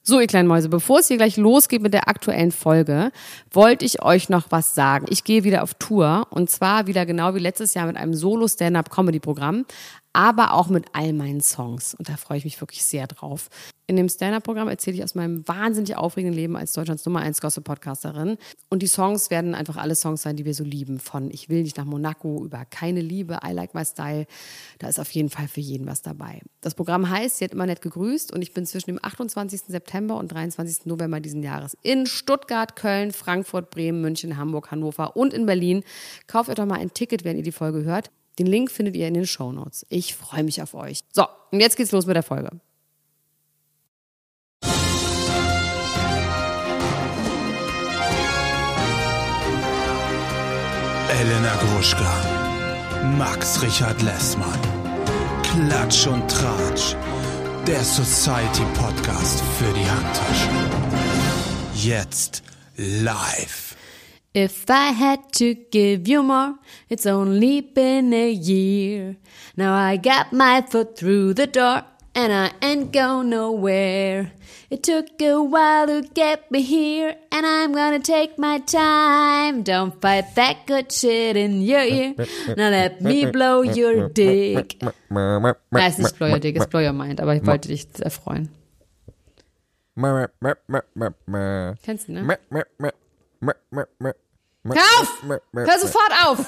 So, ihr kleinen Mäuse, bevor es hier gleich losgeht mit der aktuellen Folge, wollte ich euch noch was sagen. Ich gehe wieder auf Tour und zwar wieder genau wie letztes Jahr mit einem Solo-Stand-Up-Comedy-Programm, aber auch mit all meinen Songs. Und da freue ich mich wirklich sehr drauf. In dem Stand-Up-Programm erzähle ich aus meinem wahnsinnig aufregenden Leben als Deutschlands Nummer 1 Gossip-Podcasterin. Und die Songs werden einfach alle Songs sein, die wir so lieben. Von Ich will nicht nach Monaco über Keine Liebe, I Like My Style. Da ist auf jeden Fall für jeden was dabei. Das Programm heißt, Sie hat immer nett gegrüßt und ich bin zwischen dem 28. September und 23. November diesen Jahres in Stuttgart, Köln, Frankfurt, Bremen, München, Hamburg, Hannover und in Berlin. Kauft euch doch mal ein Ticket, wenn ihr die Folge hört. Den Link findet ihr in den Shownotes. Ich freue mich auf euch. So, und jetzt geht's los mit der Folge. Elena Gruschka, Max Richard Lessmann, Klatsch und Tratsch, der Society-Podcast für die Handtasche. Jetzt live. If I had to give you more, it's only been a year. Now I got my foot through the door and I ain't going nowhere. It took a while to get me here and I'm gonna take my time. Don't fight that good shit in your ear. Now let me blow your dick. Nein, ist nicht blow your dick, ist blow your mind, aber ich wollte dich erfreuen. Kennst du, ne? Hör auf! Hör sofort auf!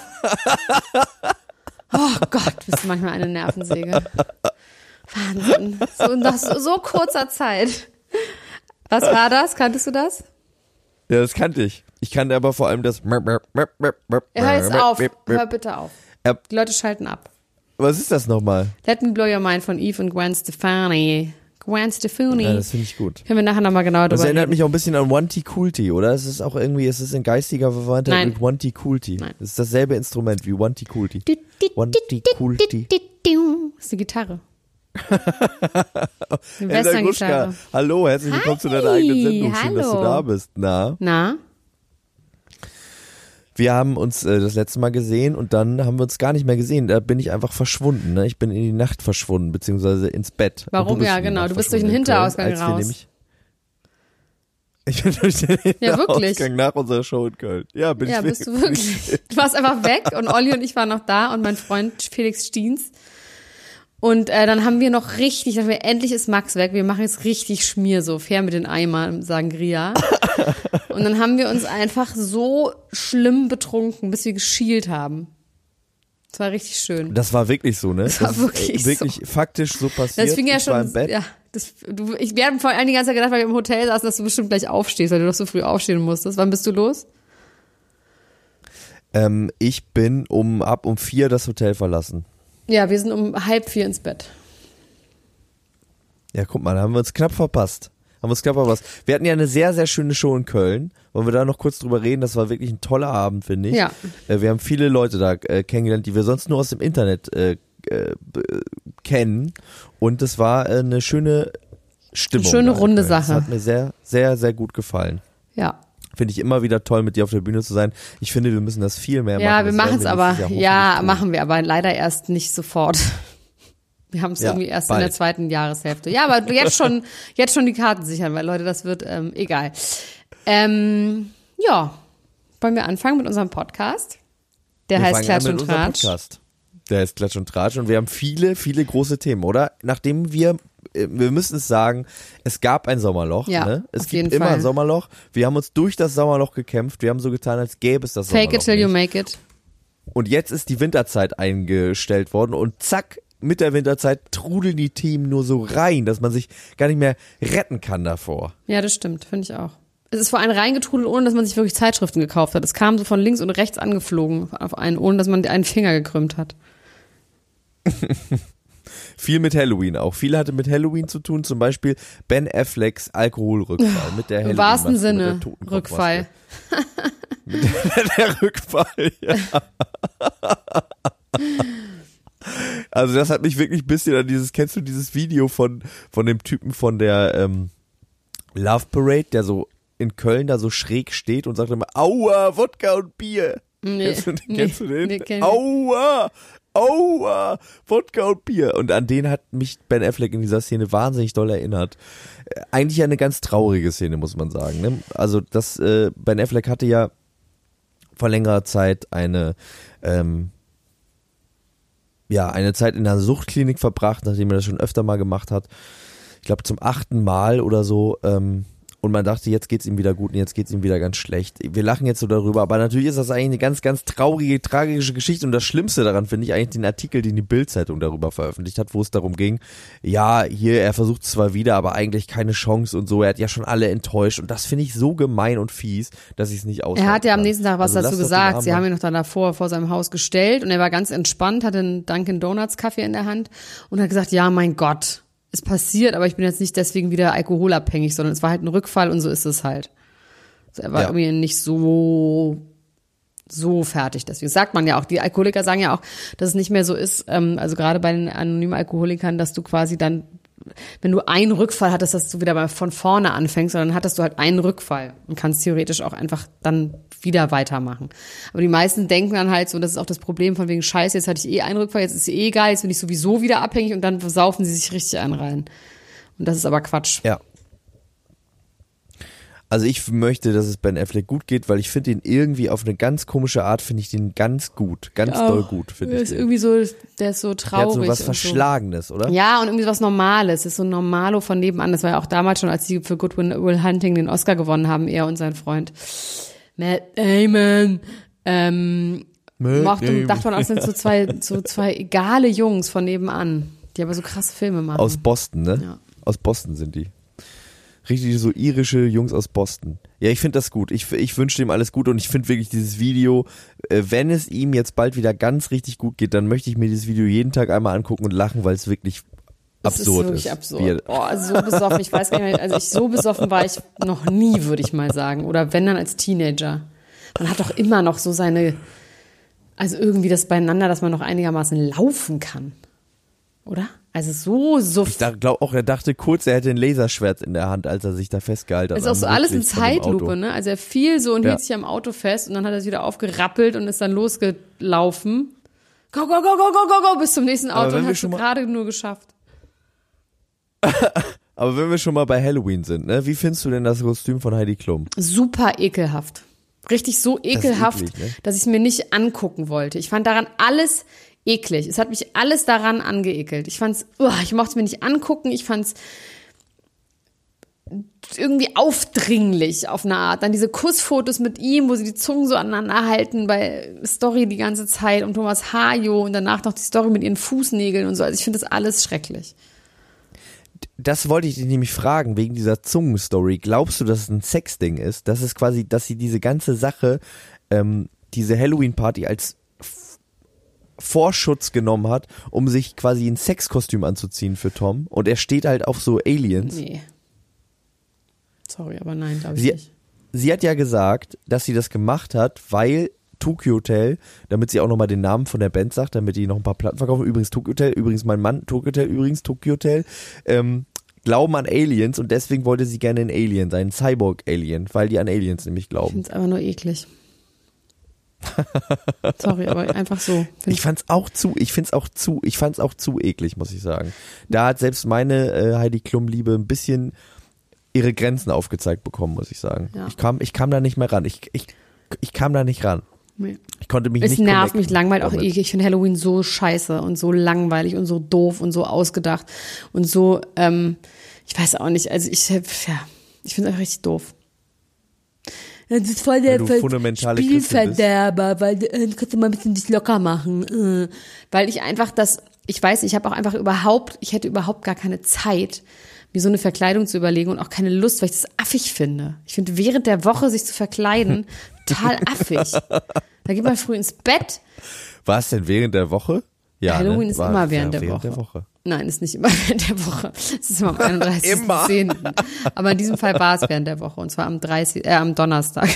Oh Gott, bist du manchmal eine Nervensäge. Wahnsinn. So nach so kurzer Zeit. Was war das? Kanntest du das? Ja, das kannte ich. Ich kannte aber vor allem das. Hör jetzt auf. Hör bitte auf. Die Leute schalten ab. Was ist das nochmal? Let Me Blow Your Mind von Eve und Gwen Stefani. Gwen Stefani. Ja, das finde ich gut. Können wir nachher nochmal genauer drüber Das erinnert reden. mich auch ein bisschen an One T Cool T, oder? Es ist auch irgendwie, es ist in geistiger Verwandtheit mit One T Cool T. Nein. Es ist dasselbe Instrument wie One T Cool T. One T Cool T. Das ist eine Gitarre. Eine Western-Gitarre. Hallo, herzlich willkommen zu deiner eigenen Sendung. Schön, dass du hallo. da bist. Na? Wir haben uns das letzte Mal gesehen und dann haben wir uns gar nicht mehr gesehen. Da bin ich einfach verschwunden. Ne? Ich bin in die Nacht verschwunden, beziehungsweise ins Bett. Warum? Ja, genau. Du bist durch den Hinterausgang raus. Ich bin durch den Ja, wirklich. Hinterausgang nach unserer Show in Köln. Ja, bist du wirklich. Du warst einfach weg und Olli und ich waren noch da und mein Freund Felix Stiens. Und dann haben wir noch richtig, dachten wir, endlich ist Max weg, wir machen jetzt richtig Schmiersuff, her mit den Eimern, Sangria. Und dann haben wir uns einfach so schlimm betrunken, bis wir geschielt haben. Das war richtig schön. Das war wirklich so, ne? Das war wirklich wirklich faktisch so passiert. Das fing ja ich war schon, im Bett. ja. Wir haben vor allem die ganze Zeit gedacht, weil wir im Hotel saßen, dass du bestimmt gleich aufstehst, weil du doch so früh aufstehen musstest. Wann bist du los? Ich bin um 4 das Hotel verlassen. Ja, wir sind um 3:30 ins Bett. Ja, guck mal, da haben wir uns knapp verpasst. Wir hatten ja eine sehr, sehr schöne Show in Köln. Wollen wir da noch kurz drüber reden? Das war wirklich ein toller Abend, finde ich. Ja. Wir haben viele Leute da kennengelernt, die wir sonst nur aus dem Internet kennen. Und es war eine schöne Stimmung. Eine schöne runde Sache. Das hat mir sehr, sehr, sehr gut gefallen. Ja. Finde ich immer wieder toll, mit dir auf der Bühne zu sein. Ich finde, wir müssen das viel mehr machen. Ja, wir machen es aber, tun. machen wir aber leider erst nicht sofort. Wir haben es irgendwie erst bald. in der zweiten Jahreshälfte. Ja, aber jetzt schon die Karten sichern, weil Leute, das wird egal. Ja, wollen wir anfangen mit unserem Podcast? Der heißt Klatsch und Tratsch. Der heißt Klatsch und Tratsch und wir haben viele, viele große Themen, oder? Nachdem wir müssen es sagen, es gab ein Sommerloch. Ja, ne? Es auf gibt jeden immer Fall. ein Sommerloch. Wir haben uns durch das Sommerloch gekämpft. Wir haben so getan, als gäbe es das Sommerloch Fake it till you nicht. make it. Und jetzt ist die Winterzeit eingestellt worden und zack, mit der Winterzeit trudeln die Themen nur so rein, dass man sich gar nicht mehr retten kann davor. Ja, das stimmt, finde ich auch. Es ist vor allem reingetrudelt, ohne dass man sich wirklich Zeitschriften gekauft hat. Es kam so von links und rechts angeflogen auf einen, ohne dass man einen Finger gekrümmt hat. Viel mit Halloween auch. Viel hatte mit Halloween zu tun, zum Beispiel Ben Afflecks Alkoholrückfall mit der Im wahrsten Halloween-Maske, mit Sinne der Totenkopfmaske. Rückfall. Der Rückfall, ja. Also das hat mich wirklich ein bisschen an kennst du dieses Video von dem Typen von der Love Parade, der so in Köln da so schräg steht und sagt immer, aua, Wodka und Bier. Nee, Kennst du den? Nee, kenn ich. Aua, Wodka und Bier. Und an den hat mich Ben Affleck in dieser Szene wahnsinnig doll erinnert. eigentlich ja eine ganz traurige Szene, muss man sagen. Ne? Also Ben Affleck hatte ja vor längerer Zeit eine Zeit in einer Suchtklinik verbracht, nachdem er das schon öfter mal gemacht hat. Ich glaube zum 8. Mal oder so. Und man dachte, jetzt geht's ihm wieder gut und jetzt geht's ihm wieder ganz schlecht. Wir lachen jetzt so darüber, aber natürlich ist das eigentlich eine ganz, ganz traurige, tragische Geschichte. Und das Schlimmste daran finde ich eigentlich den Artikel, den die Bild-Zeitung darüber veröffentlicht hat, wo es darum ging, ja, hier, er versucht es zwar wieder, aber eigentlich keine Chance und so. Er hat ja schon alle enttäuscht. Und das finde ich so gemein und fies, dass ich es nicht aushalte. Er hat ja am nächsten Tag was dazu gesagt. Sie haben ihn noch dann davor vor seinem Haus gestellt und er war ganz entspannt, hatte einen Dunkin' Donuts Kaffee in der Hand und hat gesagt, ja, mein Gott. Es passiert, aber ich bin jetzt nicht deswegen wieder alkoholabhängig, sondern es war halt ein Rückfall und so ist es halt. Also er war irgendwie nicht so fertig. Deswegen sagt man ja auch, die Alkoholiker sagen ja auch, dass es nicht mehr so ist, also gerade bei den anonymen Alkoholikern, dass du quasi dann, wenn du einen Rückfall hattest, dass du wieder mal von vorne anfängst, sondern hattest du halt einen Rückfall und kannst theoretisch auch einfach dann wieder weitermachen. Aber die meisten denken dann halt so, das ist auch das Problem von wegen Scheiße, jetzt hatte ich einen Rückfall, jetzt ist egal, jetzt bin ich sowieso wieder abhängig und dann saufen sie sich richtig einen rein. Und das ist aber Quatsch. Ja. Also ich möchte, dass es Ben Affleck gut geht, weil ich finde ihn irgendwie auf eine ganz komische Art, finde ich den ganz gut, ganz doll gut, finde ich. Ist irgendwie so, der ist so traurig. Der hat so was Verschlagenes, so. Oder? Ja, und irgendwie was Normales. Das ist so ein Normalo von nebenan. Das war ja auch damals schon, als sie für Good Will Hunting den Oscar gewonnen haben, er und sein Freund Matt Damon. Dachte man auch, sind so zwei egale Jungs von nebenan, die aber so krasse Filme machen. Aus Boston, ne? Ja. Aus Boston sind die. Richtig so irische Jungs aus Boston. Ja, ich finde das gut. Ich wünsche ihm alles Gute und ich finde wirklich dieses Video, wenn es ihm jetzt bald wieder ganz richtig gut geht, dann möchte ich mir dieses Video jeden Tag einmal angucken und lachen, weil es wirklich absurd ist. Das ist wirklich absurd. Also so besoffen, ich weiß gar nicht mehr, so besoffen war ich noch nie, würde ich mal sagen. Oder wenn dann als Teenager. Man hat doch immer noch so also irgendwie das beieinander, dass man noch einigermaßen laufen kann. Oder? Also so. Ich glaube auch, er dachte kurz, er hätte ein Laserschwert in der Hand, als er sich da festgehalten hat. Das ist auch so alles in Zeitlupe, ne? Also er fiel so und hielt sich am Auto fest und dann hat er sich wieder aufgerappelt und ist dann losgelaufen. Go, go, go, go, go, go, go, bis zum nächsten Auto und hat es gerade nur geschafft. Aber wenn wir schon mal bei Halloween sind, ne? Wie findest du denn das Kostüm von Heidi Klum? Super ekelhaft. Richtig so ekelhaft, das eklig, ne? Dass ich es mir nicht angucken wollte. Ich fand daran alles eklig. Es hat mich alles daran angeekelt. Ich mochte es mir nicht angucken. Ich fand es irgendwie aufdringlich auf eine Art. Dann diese Kussfotos mit ihm, wo sie die Zungen so aneinander halten bei Story die ganze Zeit und Thomas Hajo und danach noch die Story mit ihren Fußnägeln und so. Also ich finde das alles schrecklich. Das wollte ich dich nämlich fragen, wegen dieser Zungenstory. Glaubst du, dass es ein Sexding ist? Das ist quasi, dass sie diese ganze Sache, diese Halloween-Party als Vorschutz genommen hat, um sich quasi ein Sexkostüm anzuziehen für Tom. Und er steht halt auf so Aliens. Nee. Sorry, aber nein, glaube ich nicht. Sie hat ja gesagt, dass sie das gemacht hat, weil Tokyo Hotel, damit sie auch nochmal den Namen von der Band sagt, damit die noch ein paar Platten verkaufen. Übrigens Tokyo Hotel, übrigens mein Mann, Tokyo Hotel, glauben an Aliens und deswegen wollte sie gerne ein Alien sein, ein Cyborg-Alien, weil die an Aliens nämlich glauben. Ich finde es aber nur eklig. Sorry, aber einfach so. Ich fand's auch zu eklig, muss ich sagen. Da hat selbst meine Heidi Klum-Liebe ein bisschen ihre Grenzen aufgezeigt bekommen, muss ich sagen. Ja. Ich kam da nicht mehr ran. Ich kam da nicht ran. Nee. Ich konnte mich nicht. Es nervt mich, langweilt auch eklig. Ich finde Halloween so scheiße und so langweilig und so doof und so ausgedacht und so, ich weiß auch nicht, also ich finde es einfach richtig doof. Das ist voll der Spielverderber, weil kannst du mal ein bisschen dich locker machen. Weil ich einfach ich weiß, ich hätte überhaupt gar keine Zeit, mir so eine Verkleidung zu überlegen und auch keine Lust, weil ich das affig finde. Ich finde, während der Woche sich zu verkleiden, total affig. Da geht man früh ins Bett. War es denn während der Woche? Ja, Halloween ist immer während der Woche. Nein, ist nicht immer während der Woche. Es ist immer am 31.10. Aber in diesem Fall war es während der Woche und zwar am Donnerstag.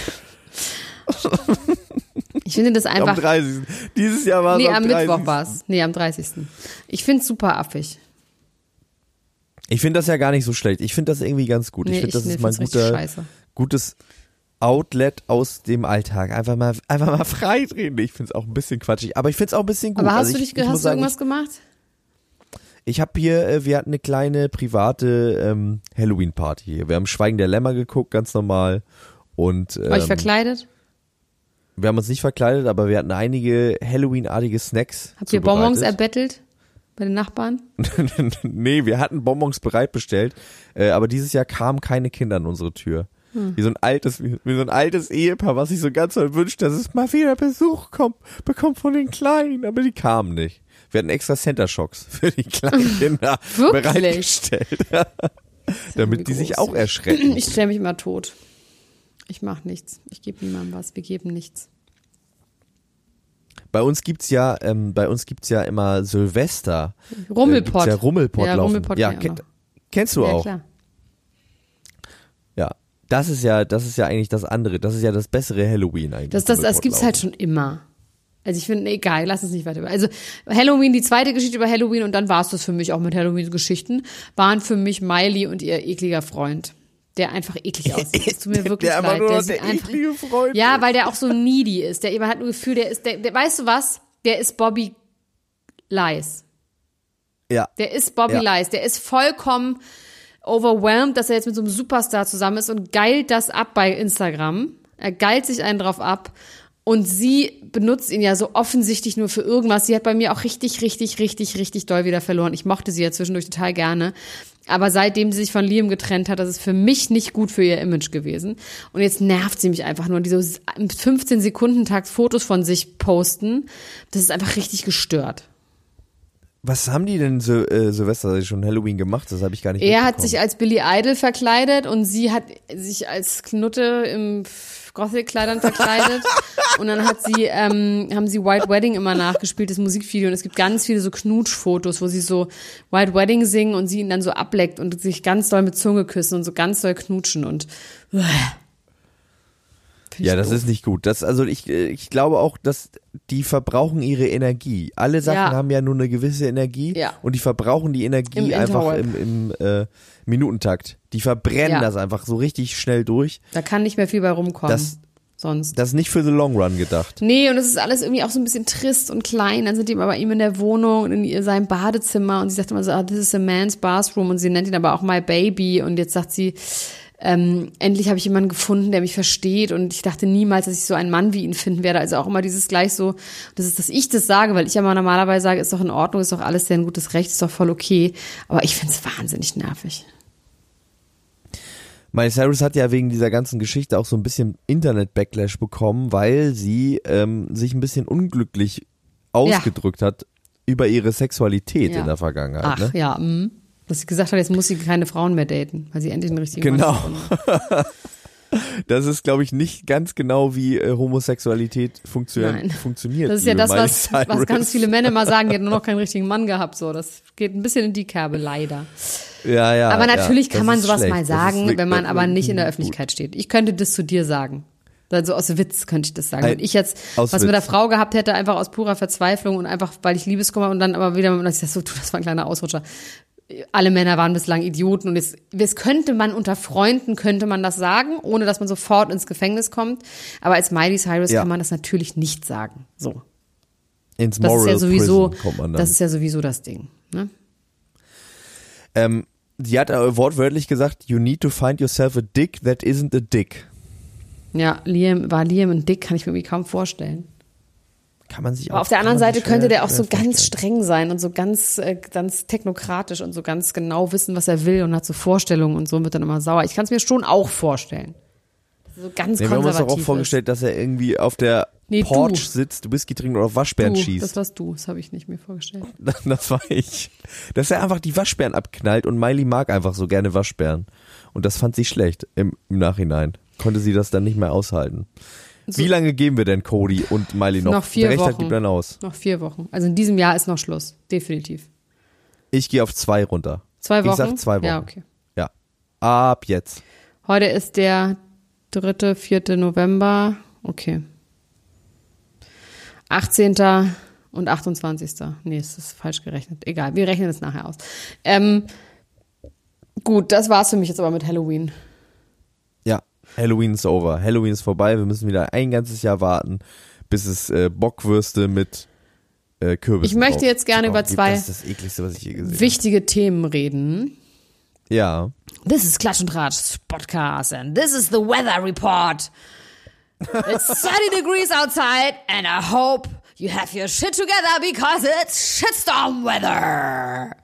Ich finde das einfach. Am 30. Dieses Jahr war es am 30. Mittwoch war es. Nee, am 30. Ich finde es super affig. Ich finde das ja gar nicht so schlecht. Ich finde das irgendwie ganz gut. Ich finde, das ist mal ein gutes Outlet aus dem Alltag. Einfach mal freidrehen. Ich finde es auch ein bisschen quatschig, aber ich finde es auch ein bisschen gut. Aber hast du irgendwas gemacht? Ich habe hier, wir hatten eine kleine private Halloween-Party hier. Wir haben Schweigen der Lämmer geguckt, ganz normal. Und Euch verkleidet? wir haben uns nicht verkleidet, aber wir hatten einige Halloween-artige Snacks. Habt ihr Bonbons erbettelt bei den Nachbarn? Nee, wir hatten Bonbons bereitbestellt, aber dieses Jahr kamen keine Kinder an unsere Tür. Wie so ein altes Ehepaar, was sich so ganz doll wünscht, dass es mal wieder Besuch bekommt von den Kleinen, aber die kamen nicht. Wir hatten extra Center Shocks für die kleinen Kinder bereitgestellt, damit die sich auch erschrecken. Ich stelle mich immer tot. Ich mache nichts. Ich gebe niemandem was. Wir geben nichts. Bei uns gibt's ja immer Silvester. Rummelpott. Ja, Rummelpott ja, laufen. Rummelpott Ja, kennst du auch? Klar. Ja. Das ist ja eigentlich das andere. Das ist ja das bessere Halloween eigentlich. Das gibt's halt schon immer. Also ich finde, egal, lass uns nicht weiter. Also Halloween, die zweite Geschichte über Halloween und dann war es das für mich auch mit Halloween-Geschichten, waren für mich Miley und ihr ekliger Freund. Der einfach eklig aussieht. Es tut mir wirklich der leid. Der sieht einfach, eklige Freund. Ja, weil der auch so needy ist. Der hat ein Gefühl, der weißt du was? Der ist Bobby Lies. Ja. Der ist Bobby Lies. Der ist vollkommen overwhelmed, dass er jetzt mit so einem Superstar zusammen ist und geilt das ab bei Instagram. Er geilt sich einen drauf ab. Und sie benutzt ihn ja so offensichtlich nur für irgendwas. Sie hat bei mir auch richtig doll wieder verloren. Ich mochte sie ja zwischendurch total gerne. Aber seitdem sie sich von Liam getrennt hat, das ist für mich nicht gut für ihr Image gewesen. Und jetzt nervt sie mich einfach nur. Und diese 15-Sekunden-Takt Fotos von sich posten, das ist einfach richtig gestört. Was haben die denn Silvester schon Halloween gemacht? Das habe ich gar nicht mitbekommen. Er hat sich als Billy Idol verkleidet und sie hat sich als Knutte im Gothic-Kleidern verkleidet. Und dann haben sie White Wedding immer nachgespielt, das Musikvideo. Und es gibt ganz viele so Knutschfotos, wo sie so White Wedding singen und sie ihn dann so ableckt und sich ganz doll mit Zunge küssen und so ganz doll knutschen und ja, das ist nicht gut. Ich glaube auch, dass die verbrauchen ihre Energie. Alle Sachen haben ja nur eine gewisse Energie und die verbrauchen die Energie einfach im Minutentakt. Die verbrennen das einfach so richtig schnell durch. Da kann nicht mehr viel bei rumkommen. Sonst. Das ist nicht für the long run gedacht. Nee, und es ist alles irgendwie auch so ein bisschen trist und klein. Dann sind die immer bei ihm in der Wohnung und in seinem Badezimmer und sie sagt immer so, this is a man's bathroom und sie nennt ihn aber auch my baby und jetzt sagt sie, endlich habe ich jemanden gefunden, der mich versteht und ich dachte niemals, dass ich so einen Mann wie ihn finden werde. Also auch immer dieses gleich so, das ist, dass ich das sage, weil ich ja mal normalerweise sage, ist doch in Ordnung, ist doch alles sehr ein gutes Recht, ist doch voll okay. Aber ich finde es wahnsinnig nervig. Miley Cyrus hat ja wegen dieser ganzen Geschichte auch so ein bisschen Internet-Backlash bekommen, weil sie sich ein bisschen unglücklich ausgedrückt hat über ihre Sexualität in der Vergangenheit. Ach, ne? ja, dass sie gesagt hat, jetzt muss sie keine Frauen mehr daten, weil sie endlich einen richtigen Mann gefunden hat. Das ist, glaube ich, nicht ganz genau, wie Homosexualität funktioniert. Das ist ja das, was ganz viele Männer mal sagen, die hat nur noch keinen richtigen Mann gehabt. So, das geht ein bisschen in die Kerbe, leider. Ja. Aber natürlich kann man sowas schlecht. mal sagen, wenn man aber nicht in der Öffentlichkeit steht. Ich könnte das zu dir sagen. Also aus Witz könnte ich das sagen. Wenn ich jetzt was mit der Frau gehabt hätte, einfach aus purer Verzweiflung und einfach, weil ich Liebeskummer und dann aber wieder, dass ich das so tue, das war ein kleiner Ausrutscher. Alle Männer waren bislang Idioten und jetzt könnte man unter Freunden, könnte man das sagen, ohne dass man sofort ins Gefängnis kommt. Aber als Miley Cyrus kann man das natürlich nicht sagen. So. Ins Moral Prison kommt man dann. Das ist ja sowieso das Ding. Ne? Sie hat wortwörtlich gesagt, you need to find yourself a dick that isn't a dick. Ja, Liam ein Dick, kann ich mir irgendwie kaum vorstellen. Kann man sich auch. Aber auf der anderen Seite könnte der auch so ganz streng sein und so ganz technokratisch und so ganz genau wissen, was er will und hat so Vorstellungen und so und wird dann immer sauer. Ich kann es mir schon auch vorstellen. So ganz konservativ. Wir haben uns doch auch vorgestellt, dass er irgendwie auf der Porch sitzt, Whisky trinkt oder auf Waschbären schießt. Das warst du, das habe ich nicht mir vorgestellt. Das war ich. Dass er einfach die Waschbären abknallt und Miley mag einfach so gerne Waschbären. Und das fand sie schlecht im Nachhinein. Konnte sie das dann nicht mehr aushalten. So. Wie lange geben wir denn Cody und Miley noch? Noch 4 Wochen. Gibt dann aus. Noch 4 Wochen. Also in diesem Jahr ist noch Schluss. Definitiv. Ich gehe auf 2 runter. 2 Wochen? Ich sag 2 Wochen. Ja, okay. Ja. Ab jetzt. Heute ist der 3., 4. November. Okay. 18. und 28. Nee, es ist falsch gerechnet. Egal, wir rechnen es nachher aus. Gut, das war's für mich jetzt aber mit Halloween. Ja, Halloween ist over. Halloween ist vorbei. Wir müssen wieder ein ganzes Jahr warten, bis es Bockwürste mit Kürbis. Ich möchte jetzt gerne über zwei Das ist das Ekligste, was ich je gesehen wichtige Themen reden. habe. Ja. This is Klatsch und Tratsch Podcast and this is the weather report. It's 30 degrees outside and I hope you have your shit together because it's shitstorm weather.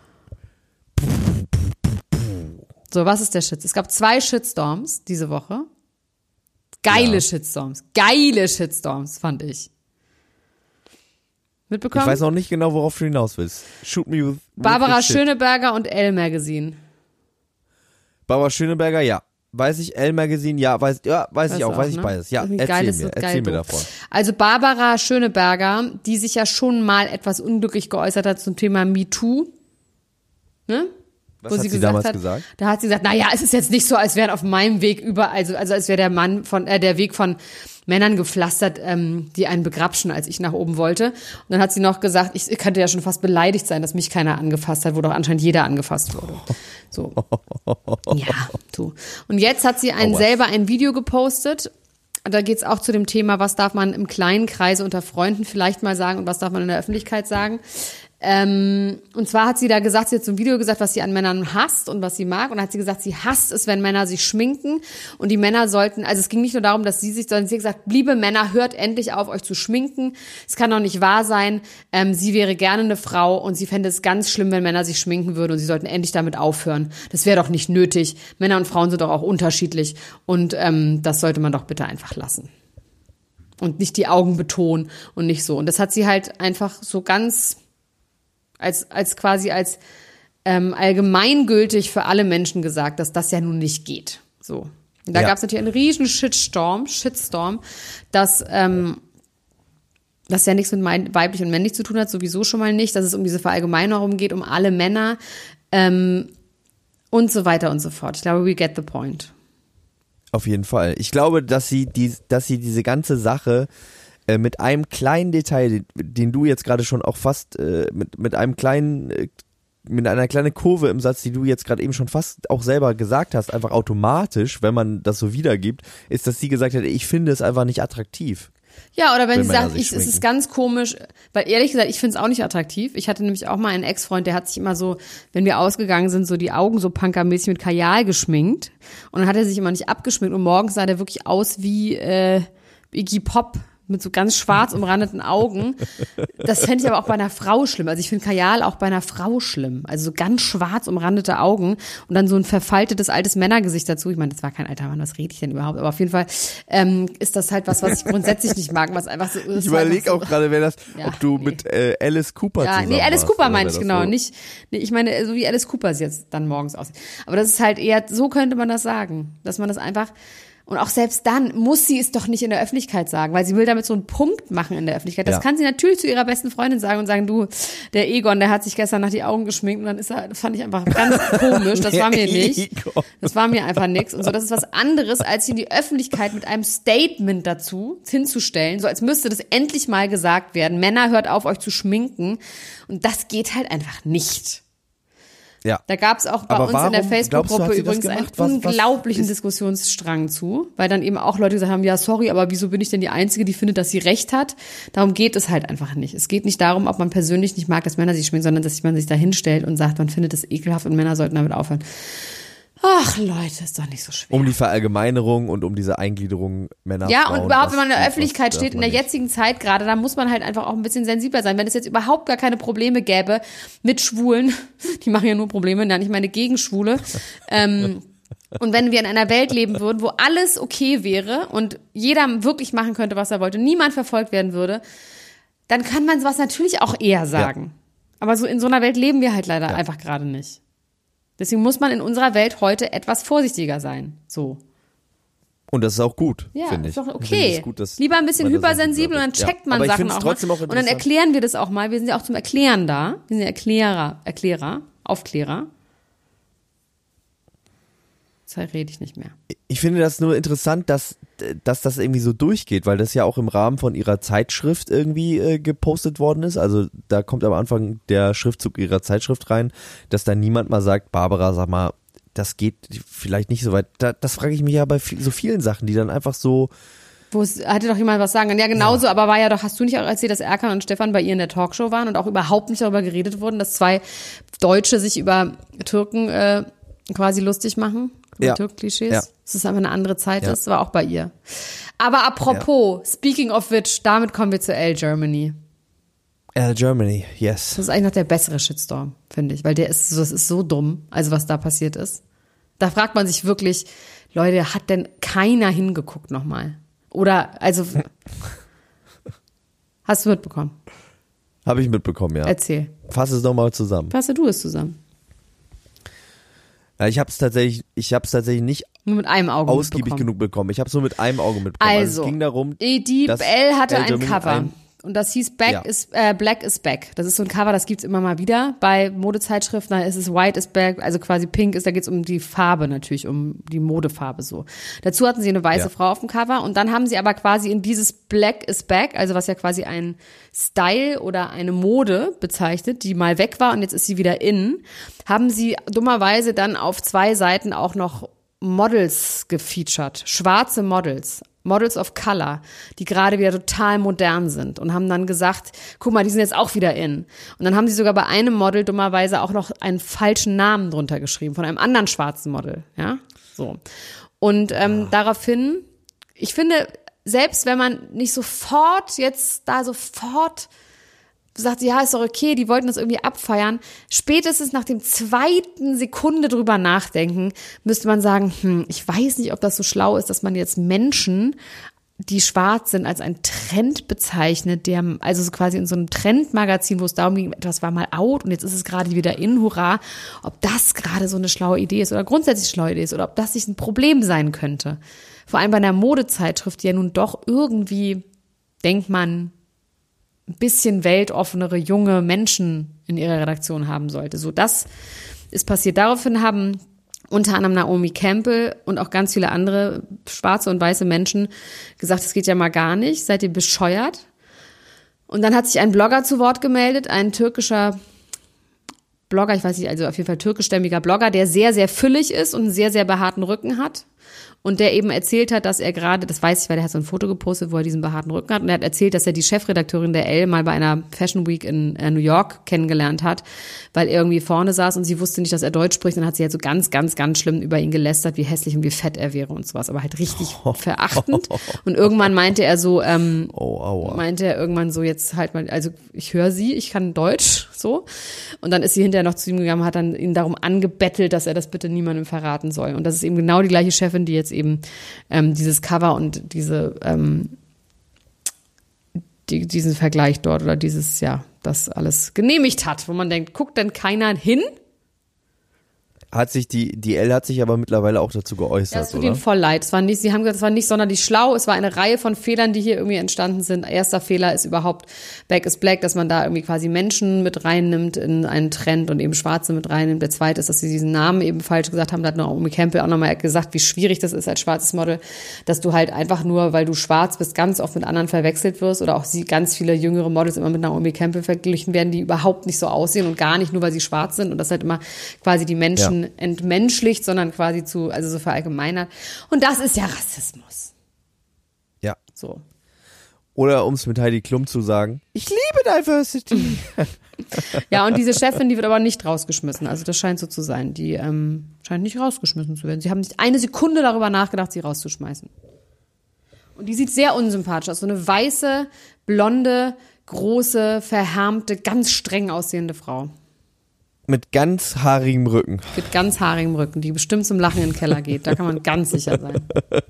So, was ist der Shit? Es gab 2 Shitstorms diese Woche. Geile Shitstorms, fand ich. Mitbekommen? Ich weiß noch nicht genau, worauf du hinaus willst. Shoot me with Barbara shit. Schöneberger und Elle Magazine. Barbara Schöneberger, ja. Weiß ich, Elle Magazine, ja, weiß ich auch, weiß ich ne? beides. Ja, erzähl mir davon. Also Barbara Schöneberger, die sich ja schon mal etwas unglücklich geäußert hat zum Thema MeToo, ne? Was hat sie damals gesagt? Da hat sie gesagt, naja, es ist jetzt nicht so, als wären auf meinem Weg überall, also als wäre der Weg von Männern gepflastert, die einen begrapschen, als ich nach oben wollte. Und dann hat sie noch gesagt, ich könnte ja schon fast beleidigt sein, dass mich keiner angefasst hat, wo doch anscheinend jeder angefasst wurde. So. Ja, so. Und jetzt hat sie selber ein Video gepostet. Da geht's auch zu dem Thema, was darf man im kleinen Kreise unter Freunden vielleicht mal sagen und was darf man in der Öffentlichkeit sagen. Und zwar hat sie da gesagt, sie hat so ein Video gesagt, was sie an Männern hasst und was sie mag. Und dann hat sie gesagt, sie hasst es, wenn Männer sich schminken. Und die Männer sollten, also es ging nicht nur darum, dass sie sich, sondern sie hat gesagt, liebe Männer, hört endlich auf, euch zu schminken. Es kann doch nicht wahr sein. Sie wäre gerne eine Frau und sie fände es ganz schlimm, wenn Männer sich schminken würden und sie sollten endlich damit aufhören. Das wäre doch nicht nötig. Männer und Frauen sind doch auch unterschiedlich. Und das sollte man doch bitte einfach lassen. Und nicht die Augen betonen und nicht so. Und das hat sie halt einfach so ganz als allgemeingültig für alle Menschen gesagt, dass das ja nun nicht geht. So. Und da gab es natürlich einen riesen Shitstorm, dass das ja nichts mit weiblich und männlich zu tun hat, sowieso schon mal nicht, dass es um diese Verallgemeinerung geht, um alle Männer und so weiter und so fort. Ich glaube, we get the point. Auf jeden Fall. Ich glaube, dass sie diese ganze Sache mit einem kleinen Detail, den du jetzt gerade schon auch fast mit einer kleinen Kurve im Satz, die du jetzt gerade eben schon fast auch selber gesagt hast, einfach automatisch, wenn man das so wiedergibt, ist, dass sie gesagt hat, ich finde es einfach nicht attraktiv. Ja, oder wenn sie sagt, es ist ganz komisch, weil ehrlich gesagt, ich finde es auch nicht attraktiv. Ich hatte nämlich auch mal einen Ex-Freund, der hat sich immer so, wenn wir ausgegangen sind, so die Augen so punkermäßig mit Kajal geschminkt und dann hat er sich immer nicht abgeschminkt und morgens sah der wirklich aus wie Iggy Pop mit so ganz schwarz umrandeten Augen. Das fände ich aber auch bei einer Frau schlimm. Also ich finde Kajal auch bei einer Frau schlimm. Also so ganz schwarz umrandete Augen und dann so ein verfaltetes altes Männergesicht dazu. Ich meine, das war kein alter Mann, was rede ich denn überhaupt? Aber auf jeden Fall ist das halt was ich grundsätzlich nicht mag, was einfach so ist. Ich überlege auch gerade, wer das, ja, ob du mit Alice Cooper zusammen nee, Alice Cooper meine ich, genau. So. Nicht, ich meine, so wie Alice Cooper es jetzt dann morgens aussieht. Aber das ist halt eher, so könnte man das sagen. Dass man das einfach. Und auch selbst dann muss sie es doch nicht in der Öffentlichkeit sagen, weil sie will damit so einen Punkt machen in der Öffentlichkeit. Das kann sie natürlich zu ihrer besten Freundin sagen und sagen, du, der Egon, der hat sich gestern nach die Augen geschminkt und dann fand ich einfach ganz komisch. Das war mir nicht. Das war mir einfach nix. Und so, das ist was anderes, als sie in die Öffentlichkeit mit einem Statement dazu hinzustellen, so als müsste das endlich mal gesagt werden. Männer, hört auf, euch zu schminken. Und das geht halt einfach nicht. Ja. Da gab es auch bei uns in der Facebook-Gruppe übrigens einen unglaublichen Diskussionsstrang zu, weil dann eben auch Leute gesagt haben, ja, sorry, aber wieso bin ich denn die Einzige, die findet, dass sie recht hat? Darum geht es halt einfach nicht. Es geht nicht darum, ob man persönlich nicht mag, dass Männer sich schminken, sondern dass man sich da hinstellt und sagt, man findet das ekelhaft und Männer sollten damit aufhören. Ach Leute, ist doch nicht so schwer. Um die Verallgemeinerung und um diese Eingliederung Männer. Ja, Frauen, und überhaupt, wenn man in der Öffentlichkeit steht, in der jetzigen Zeit gerade, da muss man halt einfach auch ein bisschen sensibler sein. Wenn es jetzt überhaupt gar keine Probleme gäbe mit Schwulen, die machen ja nur Probleme, nein, ich meine gegen Schwule, und wenn wir in einer Welt leben würden, wo alles okay wäre und jeder wirklich machen könnte, was er wollte, niemand verfolgt werden würde, dann kann man sowas natürlich auch eher sagen. Ja. Aber so in so einer Welt leben wir halt leider einfach gerade nicht. Deswegen muss man in unserer Welt heute etwas vorsichtiger sein. So. Und das ist auch gut, ja, finde ich. Ja, ist doch okay. Gut, lieber ein bisschen hypersensibel und dann checkt man Sachen auch mal. Und dann erklären wir das auch mal. Wir sind ja auch zum Erklären da. Wir sind ja Aufklärer. Jetzt rede ich nicht mehr. Ich finde das nur interessant, dass das irgendwie so durchgeht, weil das ja auch im Rahmen von ihrer Zeitschrift irgendwie gepostet worden ist. Also da kommt am Anfang der Schriftzug ihrer Zeitschrift rein, dass da niemand mal sagt, Barbara, sag mal, das geht vielleicht nicht so weit. Das frage ich mich ja bei so vielen Sachen, die dann einfach so Hatte doch jemand was sagen? Ja, genauso, aber war ja doch, hast du nicht auch erzählt, dass Erkan und Stefan bei ihr in der Talkshow waren und auch überhaupt nicht darüber geredet wurden, dass zwei Deutsche sich über Türken quasi lustig machen? Über Türk-Klischees? Ja. Dass es einfach eine andere Zeit ist, war auch bei ihr. Aber apropos, speaking of which, damit kommen wir zu L Germany. L Germany, yes. Das ist eigentlich noch der bessere Shitstorm, finde ich, weil das ist so dumm, also was da passiert ist. Da fragt man sich wirklich, Leute, hat denn keiner hingeguckt nochmal? Oder, also, hast du mitbekommen? Habe ich mitbekommen, ja. Erzähl. Fass es nochmal zusammen. Fasse du es zusammen. Ja, ich habe es tatsächlich nicht Nur mit einem Auge ausgiebig genug bekommen. Ich habe es nur mit einem Auge mitbekommen. Also, es ging darum, die dass L hatte L ein Germany Cover. Und das hieß Black is Back. Das ist so ein Cover, das gibt's immer mal wieder bei Modezeitschriften. Da ist es White is Back, also quasi Pink ist, da geht's um die Farbe natürlich, um die Modefarbe so. Dazu hatten sie eine weiße Frau auf dem Cover und dann haben sie aber quasi in dieses Black is Back, also was ja quasi ein Style oder eine Mode bezeichnet, die mal weg war und jetzt ist sie wieder in, haben sie dummerweise dann auf 2 Seiten auch noch Models gefeatured, schwarze Models of Color, die gerade wieder total modern sind und haben dann gesagt, guck mal, die sind jetzt auch wieder in. Und dann haben sie sogar bei einem Model dummerweise auch noch einen falschen Namen drunter geschrieben, von einem anderen schwarzen Model, ja, so. Und daraufhin, ich finde, selbst wenn man nicht sofort sagt, ja, ist doch okay, die wollten das irgendwie abfeiern. Spätestens nach dem 2. Sekunde drüber nachdenken, müsste man sagen, ich weiß nicht, ob das so schlau ist, dass man jetzt Menschen, die schwarz sind, als ein Trend bezeichnet, der, also so quasi in so einem Trendmagazin, wo es darum ging, etwas war mal out und jetzt ist es gerade wieder in, hurra, ob das gerade so eine schlaue Idee ist oder grundsätzlich eine schlaue Idee ist oder ob das nicht ein Problem sein könnte. Vor allem bei einer Modezeitschrift, die ja nun doch irgendwie, denkt man, ein bisschen weltoffenere junge Menschen in ihrer Redaktion haben sollte. So, das ist passiert. Daraufhin haben unter anderem Naomi Campbell und auch ganz viele andere schwarze und weiße Menschen gesagt, das geht ja mal gar nicht, seid ihr bescheuert? Und dann hat sich ein Blogger zu Wort gemeldet, ein türkischer Blogger, ich weiß nicht, also auf jeden Fall türkischstämmiger Blogger, der sehr, sehr füllig ist und einen sehr, sehr behaarten Rücken hat. Und der eben erzählt hat, dass er gerade, das weiß ich, weil der hat so ein Foto gepostet, wo er diesen behaarten Rücken hat. Und er hat erzählt, dass er die Chefredakteurin der Elle mal bei einer Fashion Week in New York kennengelernt hat, weil er irgendwie vorne saß und sie wusste nicht, dass er Deutsch spricht. Dann hat sie halt so ganz, ganz, ganz schlimm über ihn gelästert, wie hässlich und wie fett er wäre und sowas. Aber halt richtig verachtend. Und irgendwann meinte er so, jetzt halt mal, also ich höre sie, ich kann Deutsch, so. Und dann ist sie hinterher noch zu ihm gegangen, hat dann ihn darum angebettelt, dass er das bitte niemandem verraten soll. Und das ist eben genau die gleiche Chefin, die jetzt eben dieses Cover und diesen Vergleich dort oder dieses, ja, das alles genehmigt hat, wo man denkt, guckt denn keiner hin? Die Elle hat sich aber mittlerweile auch dazu geäußert, das tut ihnen voll leid. Sie haben gesagt, es war nicht sonderlich schlau. Es war eine Reihe von Fehlern, die hier irgendwie entstanden sind. Erster Fehler ist überhaupt Back is Black, dass man da irgendwie quasi Menschen mit reinnimmt in einen Trend und eben Schwarze mit reinnimmt. Der zweite ist, dass sie diesen Namen eben falsch gesagt haben. Da hat Naomi Campbell auch nochmal gesagt, wie schwierig das ist als schwarzes Model, dass du halt einfach nur, weil du schwarz bist, ganz oft mit anderen verwechselt wirst oder auch ganz viele jüngere Models immer mit Naomi Campbell verglichen werden, die überhaupt nicht so aussehen und gar nicht nur, weil sie schwarz sind und das halt immer quasi die Menschen entmenschlicht, sondern quasi so verallgemeinert. Und das ist ja Rassismus. Ja. So. Oder um es mit Heidi Klum zu sagen, ich liebe Diversity. Ja, und diese Chefin, die wird aber nicht rausgeschmissen. Also das scheint so zu sein. Die scheint nicht rausgeschmissen zu werden. Sie haben nicht eine Sekunde darüber nachgedacht, sie rauszuschmeißen. Und die sieht sehr unsympathisch aus. So eine weiße, blonde, große, verhärmte, ganz streng aussehende Frau. Mit ganz haarigem Rücken. Mit ganz haarigem Rücken, die bestimmt zum Lachen in den Keller geht. Da kann man ganz sicher sein.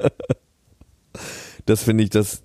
Das finde ich, das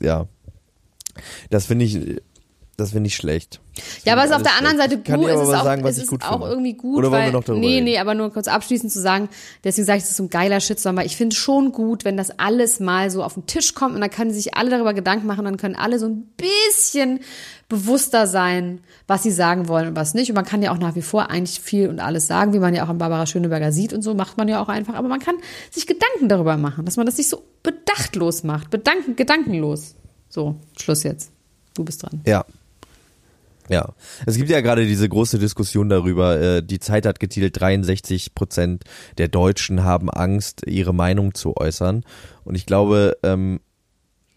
finde ich schlecht. Ja, aber es ist auf der anderen Seite gut. Es ist auch irgendwie gut, oder wollen wir noch darüber reden? Aber nur kurz abschließend zu sagen, deswegen sage ich, das ist so ein geiler Shitstorm, weil ich finde schon gut, wenn das alles mal so auf den Tisch kommt und dann können sich alle darüber Gedanken machen, dann können alle so ein bisschen bewusster sein, was sie sagen wollen und was nicht. Und man kann ja auch nach wie vor eigentlich viel und alles sagen, wie man ja auch an Barbara Schöneberger sieht und so, macht man ja auch einfach. Aber man kann sich Gedanken darüber machen, dass man das nicht so bedachtlos macht, gedankenlos. So, Schluss jetzt. Du bist dran. Ja, es gibt ja gerade diese große Diskussion darüber, die Zeit hat getitelt, 63% der Deutschen haben Angst, ihre Meinung zu äußern. Und ich glaube,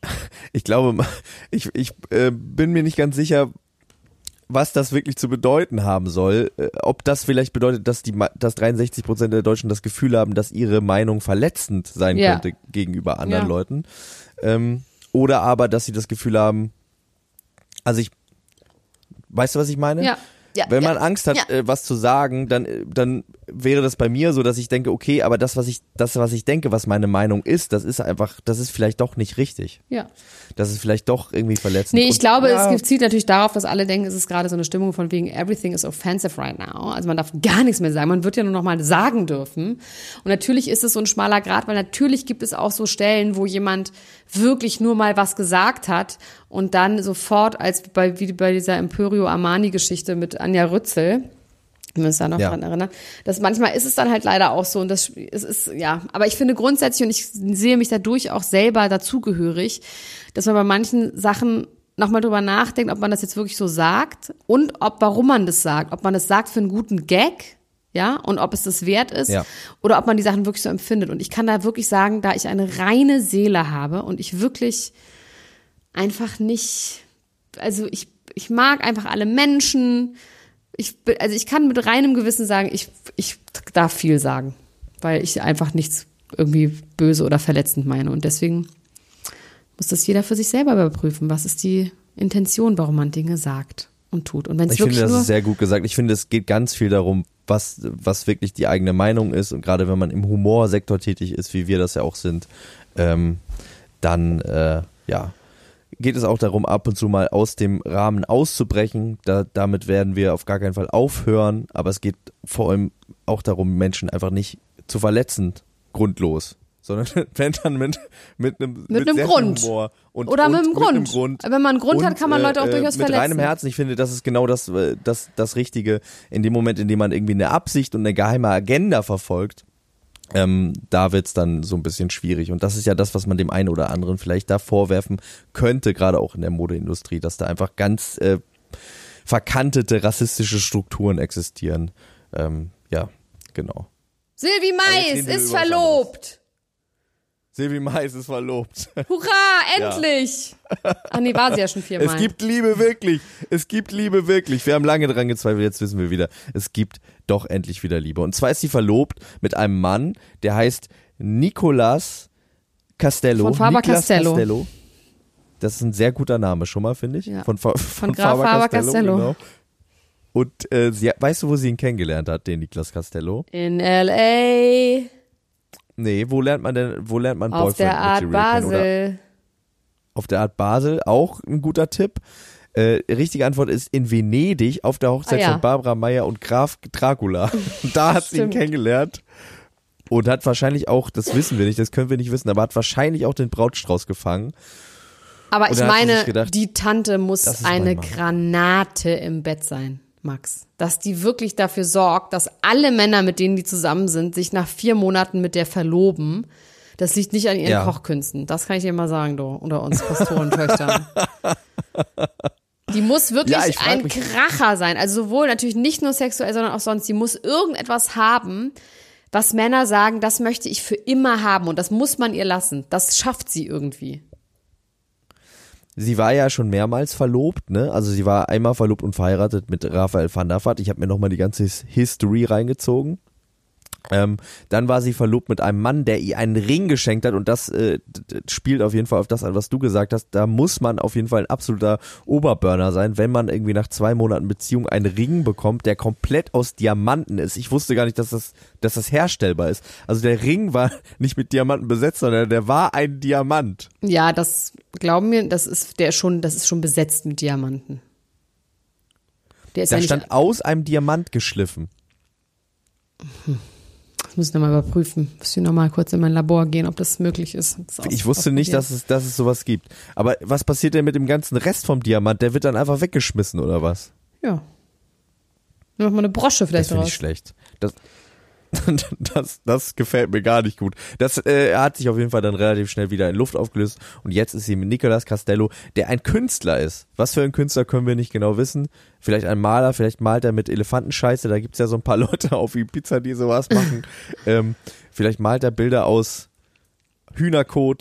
ich glaube, ich bin mir nicht ganz sicher, was das wirklich zu bedeuten haben soll. Ob das vielleicht bedeutet, dass 63% der Deutschen das Gefühl haben, dass ihre Meinung verletzend sein könnte gegenüber anderen Leuten. Oder aber, dass sie das Gefühl haben, weißt du, was ich meine? Ja. Wenn man Angst hat, was zu sagen, dann wäre das bei mir so, dass ich denke, okay, aber das, was ich denke, was meine Meinung ist, das ist vielleicht doch nicht richtig. Ja. Das ist vielleicht doch irgendwie verletzend. Nee, ich glaube, es zielt natürlich darauf, dass alle denken, es ist gerade so eine Stimmung von wegen everything is offensive right now. Also man darf gar nichts mehr sagen. Man wird ja nur noch mal sagen dürfen. Und natürlich ist es so ein schmaler Grat, weil natürlich gibt es auch so Stellen, wo jemand wirklich nur mal was gesagt hat und dann sofort, wie bei dieser Emporio Armani-Geschichte mit Anja Rützel, ich muss da noch dran erinnern, dass manchmal ist es dann halt leider auch so und es ist, aber ich finde grundsätzlich und ich sehe mich dadurch auch selber dazugehörig, dass man bei manchen Sachen nochmal drüber nachdenkt, ob man das jetzt wirklich so sagt und warum man das sagt, ob man das sagt für einen guten Gag, ja, und ob es das wert ist oder ob man die Sachen wirklich so empfindet. Und ich kann da wirklich sagen, da ich eine reine Seele habe und ich wirklich einfach nicht, also ich mag einfach alle Menschen. Ich kann mit reinem Gewissen sagen, ich darf viel sagen, weil ich einfach nichts irgendwie böse oder verletzend meine. Und deswegen muss das jeder für sich selber überprüfen. Was ist die Intention, warum man Dinge sagt und tut? Und wenn es wirklich das ist sehr gut gesagt. Ich finde, es geht ganz viel darum, was wirklich die eigene Meinung ist. Und gerade wenn man im Humorsektor tätig ist, wie wir das ja auch sind, dann geht es auch darum, ab und zu mal aus dem Rahmen auszubrechen. Damit werden wir auf gar keinen Fall aufhören. Aber es geht vor allem auch darum, Menschen einfach nicht zu verletzen, grundlos. Sondern wenn dann mit einem Grund. Humor mit einem Grund. Wenn man einen Grund hat, kann man Leute auch durchaus verletzen. Mit reinem Herzen. Ich finde, das ist genau das Richtige. In dem Moment, in dem man irgendwie eine Absicht und eine geheime Agenda verfolgt, da wird's dann so ein bisschen schwierig. Und das ist ja das, was man dem einen oder anderen vielleicht da vorwerfen könnte, gerade auch in der Modeindustrie, dass da einfach ganz verkantete rassistische Strukturen existieren. Genau. Silvi Mais ist verlobt. Silvi Mais ist verlobt. Hurra, endlich! Ach nee, war sie ja schon 4-mal. Es gibt Liebe wirklich. Wir haben lange dran gezweifelt, jetzt wissen wir wieder. Es gibt doch endlich wieder Liebe. Und zwar ist sie verlobt mit einem Mann, der heißt Nicolas Castello. Von Faber-Castello. Das ist ein sehr guter Name schon mal, finde ich. Ja. Von Graf Faber-Castello. Genau. Und weißt du, wo sie ihn kennengelernt hat, den Nicolas Castello? In L.A. Nee, wo lernt man Boyfriend Auf der Art Basel. Auf der Art Basel, auch ein guter Tipp. Richtige Antwort ist in Venedig auf der Hochzeit von Barbara Meyer und Graf Dracula. Da hat sie ihn kennengelernt und hat wahrscheinlich auch, das wissen wir nicht, das können wir nicht wissen, aber hat wahrscheinlich auch den Brautstrauß gefangen. Aber ich meine, die Tante muss eine Granate im Bett sein, Max. Dass die wirklich dafür sorgt, dass alle Männer, mit denen die zusammen sind, sich nach 4 Monaten mit der verloben. Das liegt nicht an ihren Kochkünsten. Das kann ich dir mal sagen, du, unter uns Pastorentöchtern. Die muss wirklich ein Kracher sein. Also sowohl natürlich nicht nur sexuell, sondern auch sonst. Die muss irgendetwas haben, was Männer sagen, das möchte ich für immer haben. Und das muss man ihr lassen. Das schafft sie irgendwie. Sie war ja schon mehrmals verlobt, ne? Also sie war einmal verlobt und verheiratet mit Raphael van der Vaart. Ich habe mir nochmal die ganze History reingezogen. Dann war sie verlobt mit einem Mann, der ihr einen Ring geschenkt hat und das spielt auf jeden Fall auf das an, was du gesagt hast. Da muss man auf jeden Fall ein absoluter Oberburner sein, wenn man irgendwie nach 2 Monaten Beziehung einen Ring bekommt, der komplett aus Diamanten ist. Ich wusste gar nicht, dass das herstellbar ist. Also der Ring war nicht mit Diamanten besetzt, sondern der war ein Diamant. Ja, das glauben wir, das ist schon besetzt mit Diamanten. Der stand aus einem Diamant geschliffen. Das muss ich nochmal überprüfen. Muss ich nochmal kurz in mein Labor gehen, ob das möglich ist. Ich wusste nicht, dass es sowas gibt. Aber was passiert denn mit dem ganzen Rest vom Diamant? Der wird dann einfach weggeschmissen, oder was? Ja. Nur noch mal eine Brosche vielleicht raus. Das finde ich schlecht. Das gefällt mir gar nicht gut. Das hat sich auf jeden Fall dann relativ schnell wieder in Luft aufgelöst. Und jetzt ist sie mit Nicolas Castello, der ein Künstler ist. Was für ein Künstler können wir nicht genau wissen. Vielleicht ein Maler, vielleicht malt er mit Elefantenscheiße. Da gibt's ja so ein paar Leute auf Ibiza, die sowas machen. Vielleicht malt er Bilder aus Hühnerkot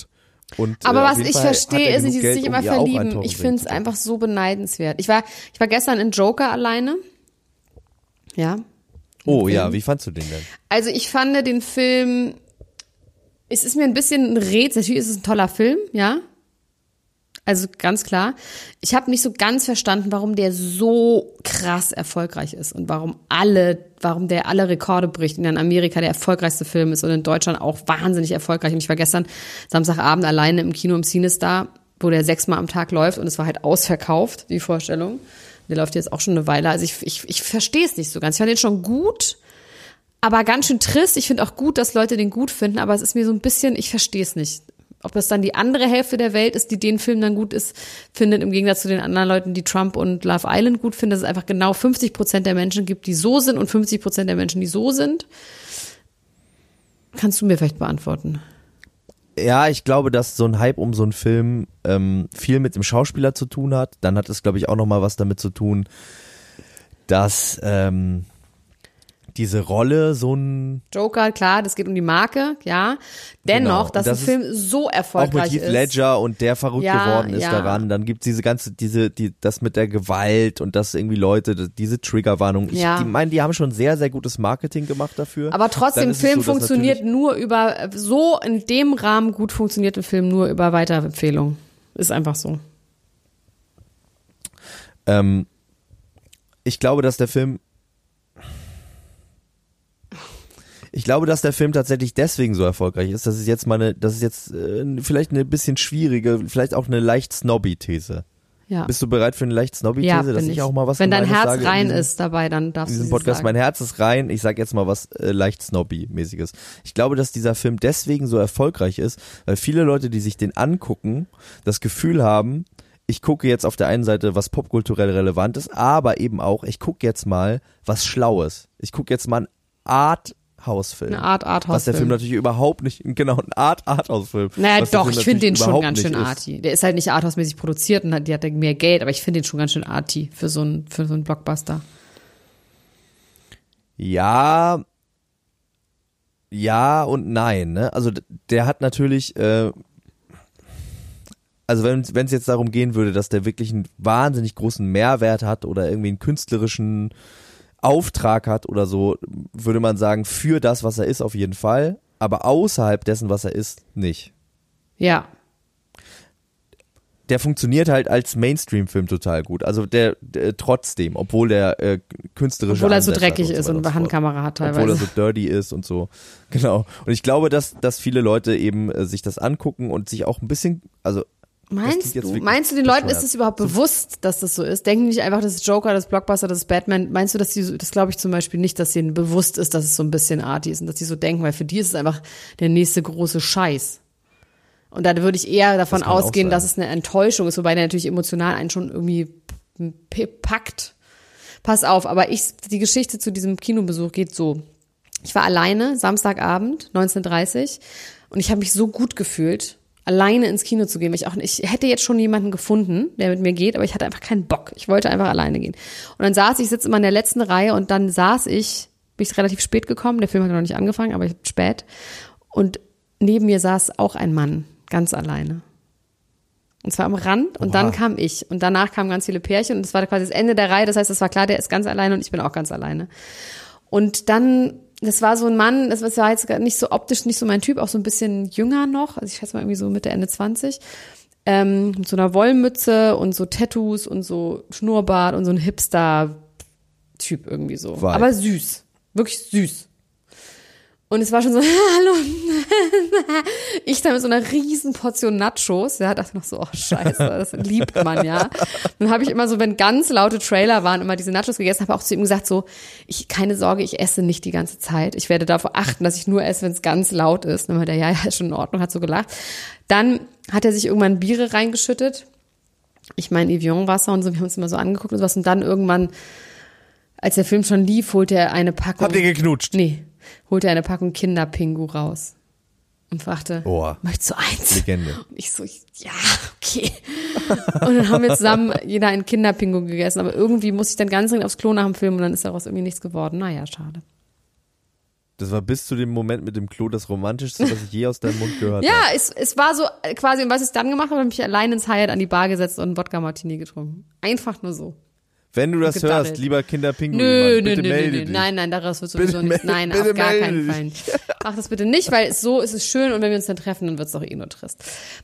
Und, aber auf was jeden ich Fall verstehe, hat er ist nicht, genug dieses sich Geld, immer ihr auch verlieben. Eintauchen Ich bringen finde es zu können. einfach so beneidenswert. Ich war gestern in Joker alleine. Ja. Oh ja, wie fandst du den denn? Also ich fand den Film, es ist mir ein bisschen ein Rätsel. Natürlich ist es ein toller Film, ja. Also ganz klar. Ich habe nicht so ganz verstanden, warum der so krass erfolgreich ist und warum der alle Rekorde bricht und in Amerika der erfolgreichste Film ist und in Deutschland auch wahnsinnig erfolgreich. Und ich war gestern Samstagabend alleine im Kino im CineStar, wo der 6-mal am Tag läuft und es war halt ausverkauft, die Vorstellung. Der läuft jetzt auch schon eine Weile. Also ich verstehe es nicht so ganz. Ich fand den schon gut, aber ganz schön trist. Ich finde auch gut, dass Leute den gut finden, aber es ist mir so ein bisschen, ich verstehe es nicht. Ob das dann die andere Hälfte der Welt ist, die den Film dann gut findet, im Gegensatz zu den anderen Leuten, die Trump und Love Island gut finden, dass es einfach genau 50% der Menschen gibt, die so sind und 50% der Menschen, die so sind. Kannst du mir vielleicht beantworten? Ja, ich glaube, dass so ein Hype um so einen Film viel mit dem Schauspieler zu tun hat. Dann hat es, glaube ich, auch nochmal was damit zu tun, dass diese Rolle so ein... Joker, klar, das geht um die Marke, ja. Dennoch, Genau. dass ein Film so erfolgreich auch mit Heath ist. Ledger und der verrückt geworden ist ja. daran. Dann gibt's das mit der Gewalt und dass irgendwie Leute, diese Triggerwarnung. Die haben schon sehr, sehr gutes Marketing gemacht dafür. Aber trotzdem, Dann Film ist es so, dass funktioniert so in dem Rahmen gut funktioniert ein Film nur über Weiterempfehlung. Ist einfach so. Ich glaube, dass der Film tatsächlich deswegen so erfolgreich ist. Das ist jetzt vielleicht eine bisschen schwierige, vielleicht auch eine leicht snobby-These. Ja. Bist du bereit für eine leicht snobby-These, Ja, dass ich auch mal was Wenn dein Gemeines Herz sage rein ist dabei, dann darfst in du diesem es Podcast? sagen. Mein Herz ist rein. Ich sag jetzt mal was leicht snobby-mäßiges. Ich glaube, dass dieser Film deswegen so erfolgreich ist, weil viele Leute, die sich den angucken, das Gefühl haben, ich gucke jetzt auf der einen Seite, was popkulturell relevant ist, aber eben auch, ich gucke jetzt mal was Schlaues. Ich gucke jetzt mal Arthouse-Film. Eine Art Arthouse-Film. Was der Film natürlich überhaupt nicht, genau, ein Arthouse-Film. Naja, was der doch, Film ich finde den natürlich schon überhaupt ganz schön nicht ist. arty. Der ist halt nicht arthouse-mäßig produziert und die hat mehr Geld, aber ich finde den schon ganz schön arty für so einen Blockbuster. Ja und nein, ne? Also der hat natürlich, also wenn es jetzt darum gehen würde, dass der wirklich einen wahnsinnig großen Mehrwert hat oder irgendwie einen künstlerischen Auftrag hat oder so, würde man sagen, für das, was er ist, auf jeden Fall, aber außerhalb dessen, was er ist, nicht. Ja. Der funktioniert halt als Mainstream-Film total gut. Also der trotzdem, obwohl der künstlerische Obwohl er so Ansätze dreckig hat ist und so eine weiter und so fort. Handkamera hat teilweise. Obwohl er so dirty ist und so. Genau. Und ich glaube, dass viele Leute eben sich das angucken und sich auch ein bisschen, also Meinst du, den Leuten ist es überhaupt bewusst, dass das so ist? Denken die nicht einfach, das ist Joker, das ist Blockbuster, das ist Batman? Meinst du, das glaube ich zum Beispiel nicht, dass denen bewusst ist, dass es so ein bisschen arty ist und dass die so denken, weil für die ist es einfach der nächste große Scheiß. Und da würde ich eher davon ausgehen, dass es eine Enttäuschung ist, wobei der natürlich emotional einen schon irgendwie packt. Pass auf, aber die Geschichte zu diesem Kinobesuch geht so. Ich war alleine, Samstagabend, 19:30 und ich habe mich so gut gefühlt, alleine ins Kino zu gehen, weil ich hätte jetzt schon jemanden gefunden, der mit mir geht, aber ich hatte einfach keinen Bock. Ich wollte einfach alleine gehen. Und dann sitze immer in der letzten Reihe und dann bin ich relativ spät gekommen, der Film hat noch nicht angefangen, aber spät. Und neben mir saß auch ein Mann, ganz alleine. Und zwar am Rand und dann kam ich. Und danach kamen ganz viele Pärchen und das war quasi das Ende der Reihe, das heißt, es war klar, der ist ganz alleine und ich bin auch ganz alleine. Und dann, das war so ein Mann, das war jetzt nicht so optisch, nicht so mein Typ, auch so ein bisschen jünger noch, also ich schätze mal irgendwie so Mitte, Ende 20, mit so einer Wollmütze und so Tattoos und so Schnurrbart und so ein Hipster-Typ irgendwie so. Vibe. Aber süß, wirklich süß. Und es war schon so, hallo, ich da mit so einer riesen Portion Nachos, ja, dachte noch so, oh scheiße, das liebt man, ja. Dann habe ich immer so, wenn ganz laute Trailer waren, immer diese Nachos gegessen, habe auch zu ihm gesagt so, keine Sorge, ich esse nicht die ganze Zeit. Ich werde darauf achten, dass ich nur esse, wenn es ganz laut ist. Und dann meinte er, ja, ist schon in Ordnung, hat so gelacht. Dann hat er sich irgendwann Biere reingeschüttet. Ich meine Evian-Wasser und so, wir haben uns immer so angeguckt und sowas. Und dann irgendwann, als der Film schon lief, holte er eine Packung. Habt ihr geknutscht? Nee. Holte er eine Packung Kinderpingu raus und fragte, möchtest du eins? Legende. Und ich so, ja, okay. Und dann haben wir zusammen jeder ein Kinderpingu gegessen, aber irgendwie musste ich dann ganz dringend aufs Klo nach dem Film und dann ist daraus irgendwie nichts geworden. Naja, schade. Das war bis zu dem Moment mit dem Klo das Romantischste, was ich je aus deinem Mund gehört habe. Ja, es war so quasi, und was ich dann gemacht habe, habe ich mich allein ins Hyatt an die Bar gesetzt und einen Wodka-Martini getrunken. Einfach nur so. Wenn du das gedaddelt. hörst, lieber Kinderpinguin, bitte melde dich. Nein, daraus wird sowieso nichts. Nein, bitte auf gar melde keinen Fall. Mach das bitte nicht, weil so ist es schön und wenn wir uns dann treffen, dann wird es doch eh nur trist.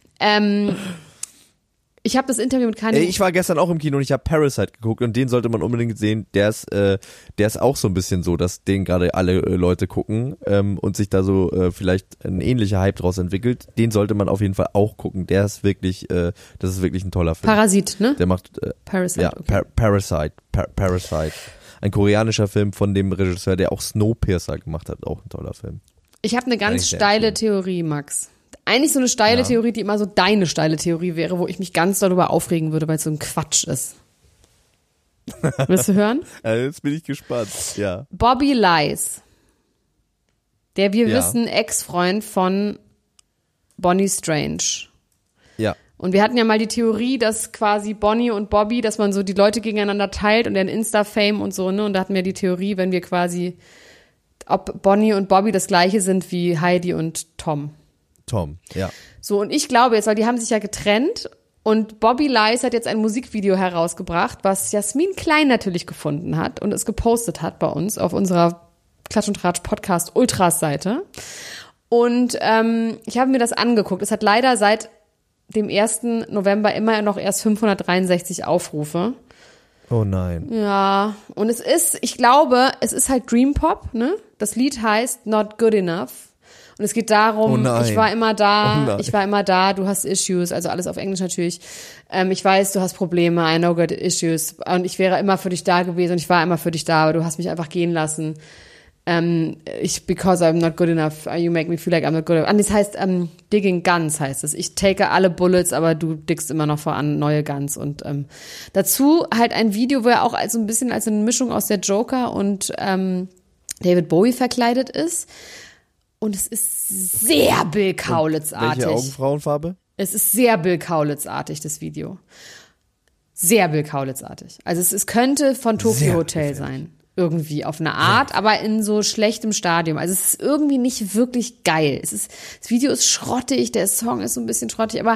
Ich habe das Interview mit Kanye. Ich war gestern auch im Kino und ich habe Parasite geguckt und den sollte man unbedingt sehen. Der ist auch so ein bisschen so, dass den gerade alle Leute gucken und sich da so vielleicht ein ähnlicher Hype draus entwickelt. Den sollte man auf jeden Fall auch gucken. Das ist wirklich ein toller Film. Parasit, ne? Der macht Parasite. ja, Okay. Parasite. Ein koreanischer Film von dem Regisseur, der auch Snowpiercer gemacht hat. Auch ein toller Film. Ich habe eine ganz Eigentlich sehr steile schön. Theorie, Max. Eigentlich so eine steile Theorie, die immer so deine steile Theorie wäre, wo ich mich ganz darüber aufregen würde, weil es so ein Quatsch ist. Willst du hören? Jetzt bin ich gespannt. Ja. Bobby Lies, der wir Ja. wissen, Ex-Freund von Bonnie Strange. Ja. Und wir hatten ja mal die Theorie, dass quasi Bonnie und Bobby, dass man so die Leute gegeneinander teilt und dann Insta-Fame und so, ne? Und da hatten wir die Theorie, wenn wir quasi, ob Bonnie und Bobby das gleiche sind wie Heidi und Tom. Tom, ja. So, und ich glaube jetzt, weil die haben sich ja getrennt und Bobby Lies hat jetzt ein Musikvideo herausgebracht, was Jasmin Klein natürlich gefunden hat und es gepostet hat bei uns auf unserer Klatsch und Tratsch Podcast Ultras Seite. Und ich habe mir das angeguckt. Es hat leider seit dem 1. November immer noch erst 563 Aufrufe. Oh nein. Ja, und ich glaube, es ist halt Dream Pop, ne? Das Lied heißt Not Good Enough. Und es geht darum, Oh nein. ich war immer da, Oh nein. du hast Issues, also alles auf Englisch natürlich. Ich weiß, du hast Probleme, I know good issues. Und ich wäre immer für dich da gewesen und ich war immer für dich da, aber du hast mich einfach gehen lassen. Because I'm not good enough, you make me feel like I'm not good enough. Und das heißt, Digging Guns heißt es. Ich take alle Bullets, aber du diggst immer noch voran neue Guns. Und dazu halt ein Video, wo er auch so ein bisschen als eine Mischung aus der Joker und David Bowie verkleidet ist. Und es ist sehr Bill Kaulitz-artig. Welche Augenbrauenfarbe? Es ist sehr Bill Kaulitz-artig, das Video. Sehr Bill Kaulitz-artig. Also es könnte von Tokyo Sehr Hotel sein. Irgendwie auf eine Art, aber in so schlechtem Stadium. Also es ist irgendwie nicht wirklich geil. Das Video ist schrottig, der Song ist so ein bisschen schrottig, aber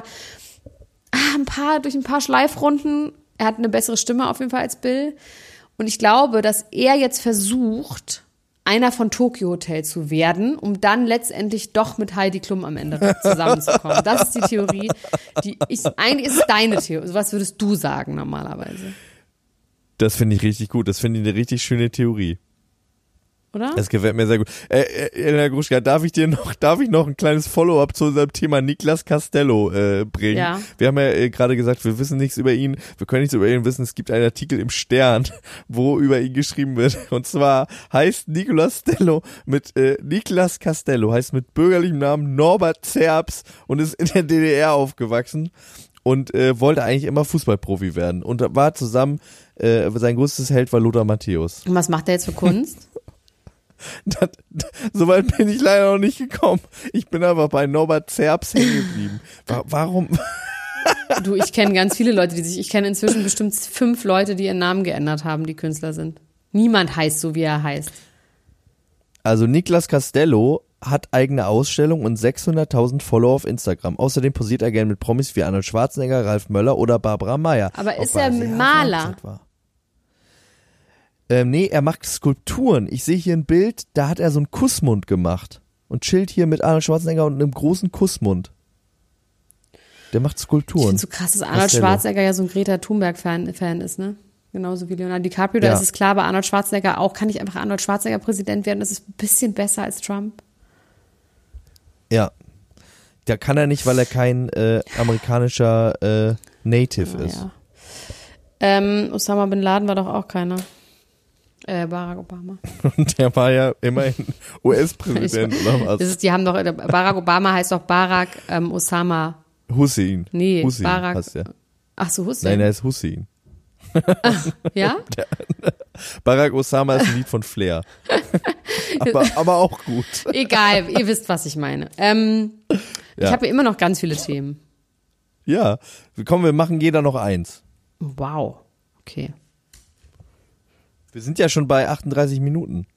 durch ein paar Schleifrunden, er hat eine bessere Stimme auf jeden Fall als Bill. Und ich glaube, dass er jetzt versucht, einer von Tokyo Hotel zu werden, um dann letztendlich doch mit Heidi Klum am Ende zusammenzukommen. Das ist die Theorie, eigentlich ist es deine Theorie. Was würdest du sagen normalerweise? Das finde ich richtig gut. Das finde ich eine richtig schöne Theorie. Oder? Das gefällt mir sehr gut. Elena Gruschka, darf ich noch ein kleines Follow-up zu unserem Thema Niklas Castello bringen? Ja. Wir haben ja gerade gesagt, wir wissen nichts über ihn, wir können nichts über ihn wissen. Es gibt einen Artikel im Stern, wo über ihn geschrieben wird. Und zwar heißt Niklas Castello, heißt mit bürgerlichem Namen Norbert Zerbs und ist in der DDR aufgewachsen und wollte eigentlich immer Fußballprofi werden. Und war zusammen, sein größtes Held war Lothar Matthäus. Und was macht er jetzt für Kunst? Soweit bin ich leider noch nicht gekommen. Ich bin aber bei Norbert Zerbs hängen geblieben. Warum? Du, ich kenne ganz viele Leute, ich kenne inzwischen bestimmt 5 Leute, die ihren Namen geändert haben, die Künstler sind. Niemand heißt so, wie er heißt. Also Niklas Castello hat eigene Ausstellung und 600.000 Follower auf Instagram. Außerdem posiert er gerne mit Promis wie Arnold Schwarzenegger, Ralf Möller oder Barbara Meyer. Aber ist er ein Maler? Nee, er macht Skulpturen. Ich sehe hier ein Bild, da hat er so einen Kussmund gemacht und chillt hier mit Arnold Schwarzenegger und einem großen Kussmund. Der macht Ich Skulpturen. finde so krass, dass Arnold Castello. Schwarzenegger ja so ein Greta Thunberg-Fan ist, ne? Genauso wie Leonardo DiCaprio. Da Ja. ist es klar, bei Arnold Schwarzenegger auch, kann ich einfach Arnold Schwarzenegger Präsident werden? Das ist ein bisschen besser als Trump. Ja. Da kann er nicht, weil er kein amerikanischer Native ist. Ja. Osama Bin Laden war doch auch keiner. Barack Obama. Und der war ja immerhin US-Präsident, oder was? Die haben doch, Barack Obama heißt doch Barack Osama. Hussein. Nee, Hussein Barack. heißt der. Ach so, Hussein. Nein, er ist Hussein. Ja? Barack Osama ist ein Lied von Flair. aber auch gut. Egal, ihr wisst, was ich meine. Ich habe immer noch ganz viele Themen. Ja, komm, wir machen jeder noch eins. Wow. Okay. Wir sind ja schon bei 38 Minuten.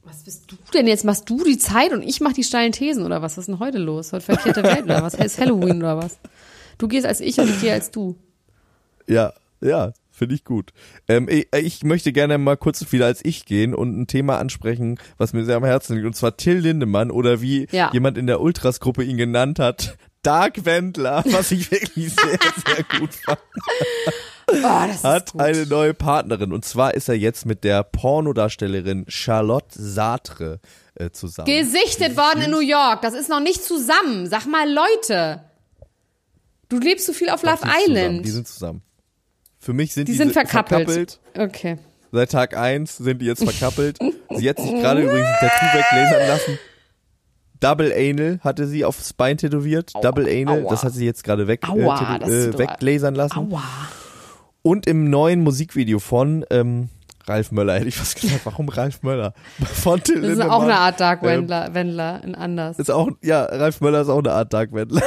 Was bist du denn jetzt? Machst du die Zeit und ich mach die steilen Thesen oder was? Was ist denn heute los? Heute verkehrte Welt oder was? Ist Halloween oder was? Du gehst als ich und ich gehe als du. Ja, finde ich gut. Ich möchte gerne mal kurz wieder als ich gehen und ein Thema ansprechen, was mir sehr am Herzen liegt, und zwar Till Lindemann oder wie jemand in der Ultras-Gruppe ihn genannt hat, Dark Wendler, was ich wirklich sehr, sehr gut fand. Das hat gut. eine neue Partnerin, und zwar ist er jetzt mit der Pornodarstellerin Charlotte Sartre zusammen. Gesichtet worden in New York. Das ist noch nicht zusammen. Sag mal, Leute. Du lebst so viel auf Love Island. Die sind zusammen. Für mich sind die verkappelt. Okay. Seit Tag 1 sind die jetzt verkappelt. Sie hat sich gerade übrigens ein Tattoo weglasern lassen. Double Anal hatte sie aufs Bein tätowiert. Double Anal, das hat sie jetzt gerade weglasern lassen. Aua. Und im neuen Musikvideo von Ralf Möller, hätte ich fast gesagt. Warum Ralf Möller? Von Till Lindemann. Das ist auch eine Art Dark Wendler in anders. Ist auch, ja, Ralf Möller ist auch eine Art Dark Wendler.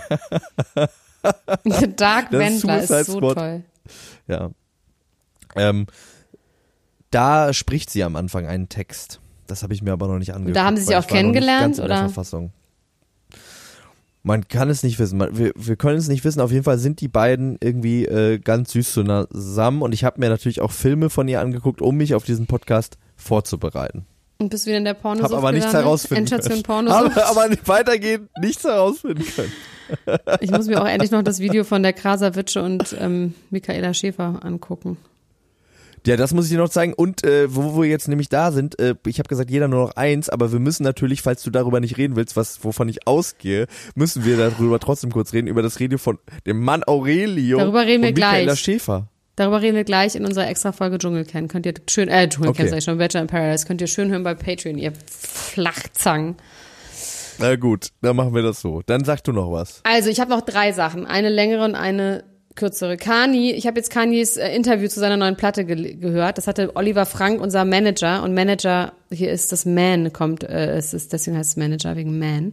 Dark Wendler ist so toll. Ja. Da spricht sie am Anfang einen Text. Das habe ich mir aber noch nicht angeguckt. Da haben sie sich auch kennengelernt, oder? Man kann es nicht wissen. Wir können es nicht wissen. Auf jeden Fall sind die beiden irgendwie ganz süß zusammen. Und ich habe mir natürlich auch Filme von ihr angeguckt, um mich auf diesen Podcast vorzubereiten. Und bist wieder in der Pornosucht Hab aber nichts herausfinden können. Aber weitergehend nichts herausfinden können. Ich muss mir auch endlich noch das Video von der Krasavice und Michaela Schäfer angucken. Ja, das muss ich dir noch zeigen. Und wo wir jetzt nämlich da sind, ich habe gesagt, jeder nur noch eins, aber wir müssen natürlich, falls du darüber nicht reden willst, wovon ich ausgehe, müssen wir darüber trotzdem kurz reden, über das Radio von dem Mann Aurelio darüber reden wir und Michaela gleich. Schäfer. Darüber reden wir gleich in unserer Extra-Folge Dschungelcamp. Könnt ihr schön, Dschungelcamp sag ich schon, Bachelor in Paradise, könnt ihr schön hören bei Patreon, ihr Flachzangen. Na gut, dann machen wir das so. Dann sag du noch was. Also, ich habe noch 3 Sachen. Eine längere und eine kürzere. Ich habe jetzt Kanyes Interview zu seiner neuen Platte gehört. Das hatte Oliver Frank, unser Manager. Und Manager, hier ist das Man, deswegen heißt es Manager, wegen Man.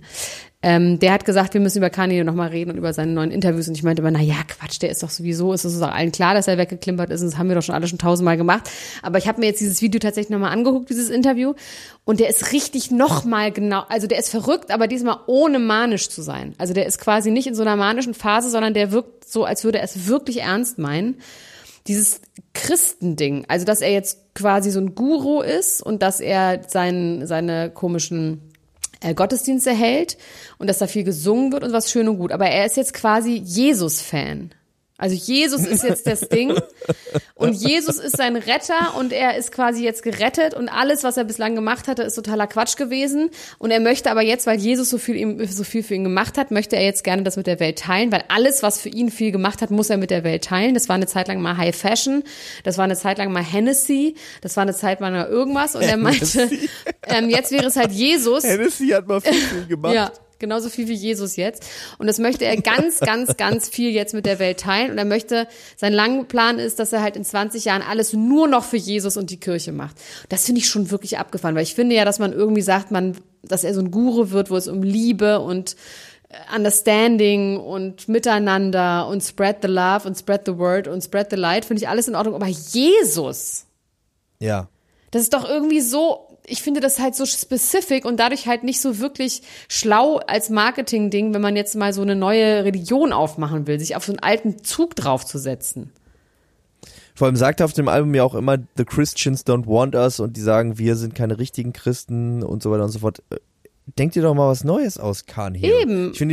Der hat gesagt, wir müssen über Kanye nochmal reden und über seine neuen Interviews. Und ich meinte immer, Quatsch, der ist doch sowieso, ist es doch allen klar, dass er weggeklimpert ist. Und das haben wir doch schon alle schon 1000-mal gemacht. Aber ich habe mir jetzt dieses Video tatsächlich nochmal angeguckt, dieses Interview. Und der ist richtig nochmal genau, also der ist verrückt, aber diesmal ohne manisch zu sein. Also der ist quasi nicht in so einer manischen Phase, sondern der wirkt so, als würde er es wirklich ernst meinen. Dieses Christending, also dass er jetzt quasi so ein Guru ist und dass er seine komischen Gottesdienste hält und dass da viel gesungen wird und was schön und gut. Aber er ist jetzt quasi Jesus-Fan. Also Jesus ist jetzt das Ding und Jesus ist sein Retter und er ist quasi jetzt gerettet und alles, was er bislang gemacht hatte, ist totaler Quatsch gewesen und er möchte aber jetzt, weil Jesus so viel für ihn gemacht hat, möchte er jetzt gerne das mit der Welt teilen, weil alles, was für ihn viel gemacht hat, muss er mit der Welt teilen. Das war eine Zeit lang mal High Fashion, das war eine Zeit lang mal Hennessy, das war eine Zeit lang mal irgendwas und er meinte, jetzt wäre es halt Jesus. Hennessy hat mal viel gemacht. Ja. Genauso viel wie Jesus jetzt. Und das möchte er ganz, ganz, ganz viel jetzt mit der Welt teilen. Und er möchte, sein langer Plan ist, dass er halt in 20 Jahren alles nur noch für Jesus und die Kirche macht. Das finde ich schon wirklich abgefahren, weil ich finde ja, dass man irgendwie sagt, dass er so ein Guru wird, wo es um Liebe und Understanding und Miteinander und Spread the Love und Spread the Word und Spread the Light, finde ich alles in Ordnung. Aber Jesus, ja, das ist doch irgendwie so, ich finde das halt so spezifisch und dadurch halt nicht so wirklich schlau als Marketing-Ding, wenn man jetzt mal so eine neue Religion aufmachen will, sich auf so einen alten Zug draufzusetzen. Vor allem sagt er auf dem Album ja auch immer, the Christians don't want us, und die sagen, wir sind keine richtigen Christen und so weiter und so fort. Denk dir doch mal was Neues aus, Kanye. Eben. Und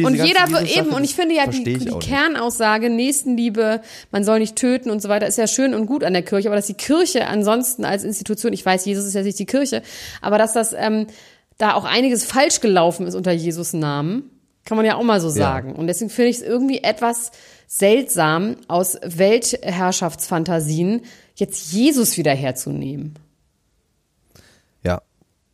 ich finde ja die Kernaussage, Nächstenliebe, man soll nicht töten und so weiter, ist ja schön und gut an der Kirche, aber dass die Kirche ansonsten als Institution, ich weiß, Jesus ist ja nicht die Kirche, aber dass das da auch einiges falsch gelaufen ist unter Jesus Namen, kann man ja auch mal so sagen. Und deswegen finde ich es irgendwie etwas seltsam, aus Weltherrschaftsfantasien jetzt Jesus wieder herzunehmen. Ja.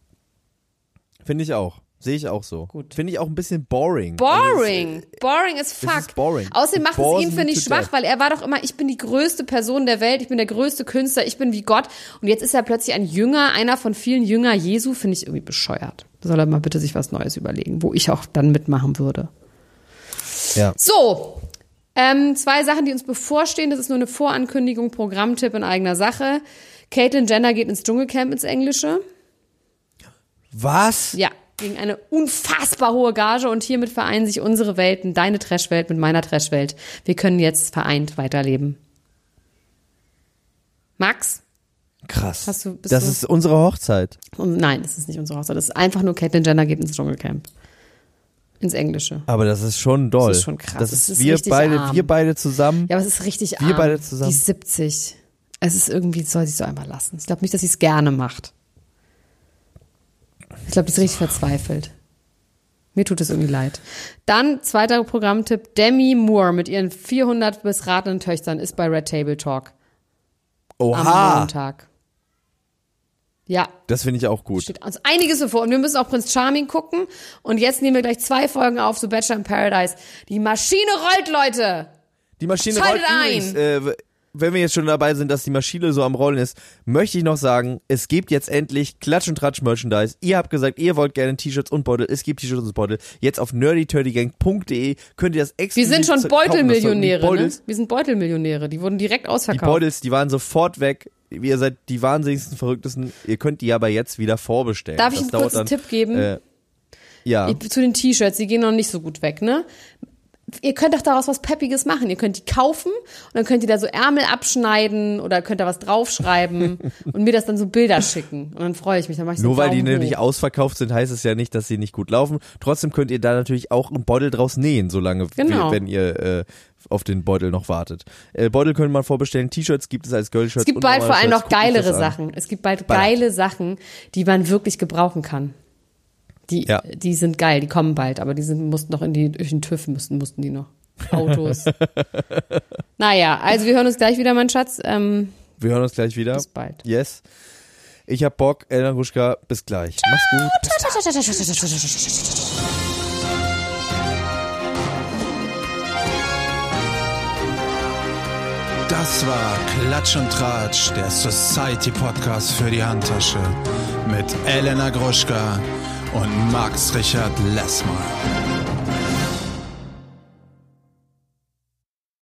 Finde ich auch. Sehe ich auch so. Gut. Finde ich auch ein bisschen boring. Boring as fuck. Ist boring. Außerdem macht es ihn, finde ich, schwach, weil er war doch immer, ich bin die größte Person der Welt, ich bin der größte Künstler, ich bin wie Gott. Und jetzt ist er plötzlich ein Jünger, einer von vielen Jünger Jesu, finde ich irgendwie bescheuert. Da soll er mal bitte sich was Neues überlegen, wo ich auch dann mitmachen würde. Ja. So, 2 Sachen, die uns bevorstehen. Das ist nur eine Vorankündigung, Programmtipp in eigener Sache. Caitlyn Jenner geht ins Dschungelcamp, ins Englische. Was? Ja, gegen eine unfassbar hohe Gage und hiermit vereinen sich unsere Welten, deine Trashwelt mit meiner Trashwelt. Wir können jetzt vereint weiterleben. Max? Krass. Bist das du? ist unsere Hochzeit. Nein, das ist nicht unsere Hochzeit. Das ist einfach nur Caitlyn Jenner geht ins Dschungelcamp. Ins Englische. Aber das ist schon doll. Das ist schon krass. Das Es ist ist wir richtig beide, arm. wir beide zusammen. Ja, aber es ist richtig Wir arm. beide zusammen. Die ist 70. Es ist irgendwie, soll sie so einfach lassen. Ich glaube nicht, dass sie es gerne macht. Ich glaube, die ist richtig verzweifelt. Mir tut es irgendwie leid. Dann, zweiter Programmtipp, Demi Moore mit ihren 400 missratenen Töchtern ist bei Red Table Talk. Am Oha. Montag. Ja, Das finde ich auch gut. steht uns einiges bevor. Und wir müssen auch Prinz Charming gucken. Und jetzt nehmen wir gleich 2 Folgen auf, so Bachelor in Paradise. Die Maschine rollt, Leute! Die Maschine Schaltet rollt übrigens, wenn wir jetzt schon dabei sind, dass die Maschine so am Rollen ist, möchte ich noch sagen, es gibt jetzt endlich Klatsch und Tratsch Merchandise. Ihr habt gesagt, ihr wollt gerne T-Shirts und Beutel. Es gibt T-Shirts und Beutel. Jetzt auf nerdyturdygang.de könnt ihr das Wir exklusiv sind schon kaufen. Das sollten die Beutelmillionäre, ne? Beutels, Wir sind Beutelmillionäre. Die wurden direkt Die ausverkauft. Beutels, die waren sofort weg. Ihr seid die wahnsinnigsten, verrücktesten. Ihr könnt die aber jetzt wieder vorbestellen. Darf ich Das einen kurzen dauert dann, Tipp geben? Ja. Zu den T-Shirts, die gehen noch nicht so gut weg, ne? Ihr könnt doch daraus was Peppiges machen. Ihr könnt die kaufen und dann könnt ihr da so Ärmel abschneiden oder könnt da was draufschreiben und mir das dann so Bilder schicken. Und dann freue ich mich. Dann mach ich so Nur weil die Daumen nämlich hoch. ausverkauft sind, heißt es ja nicht, dass sie nicht gut laufen. Trotzdem könnt ihr da natürlich auch einen Beutel draus nähen, solange, Genau. wenn ihr auf den Beutel noch wartet. Beutel könnte man vorbestellen, T-Shirts gibt es als Girl-Shirts. Es gibt und bald vor normale allem Shirts. noch Guckt euch geilere das an. Sachen. Es gibt bald geile Sachen, die man wirklich gebrauchen kann. Die sind geil, die kommen bald, aber mussten noch durch den TÜV mussten die noch. Autos. Naja, also wir hören uns gleich wieder, mein Schatz. Wir hören uns gleich wieder. Bis bald. Yes. Ich hab Bock, Elena Gruschka, bis gleich. Mach's gut. Das war Klatsch und Tratsch, der Society-Podcast für die Handtasche mit Elena Gruschka und Max Richard Lessmann.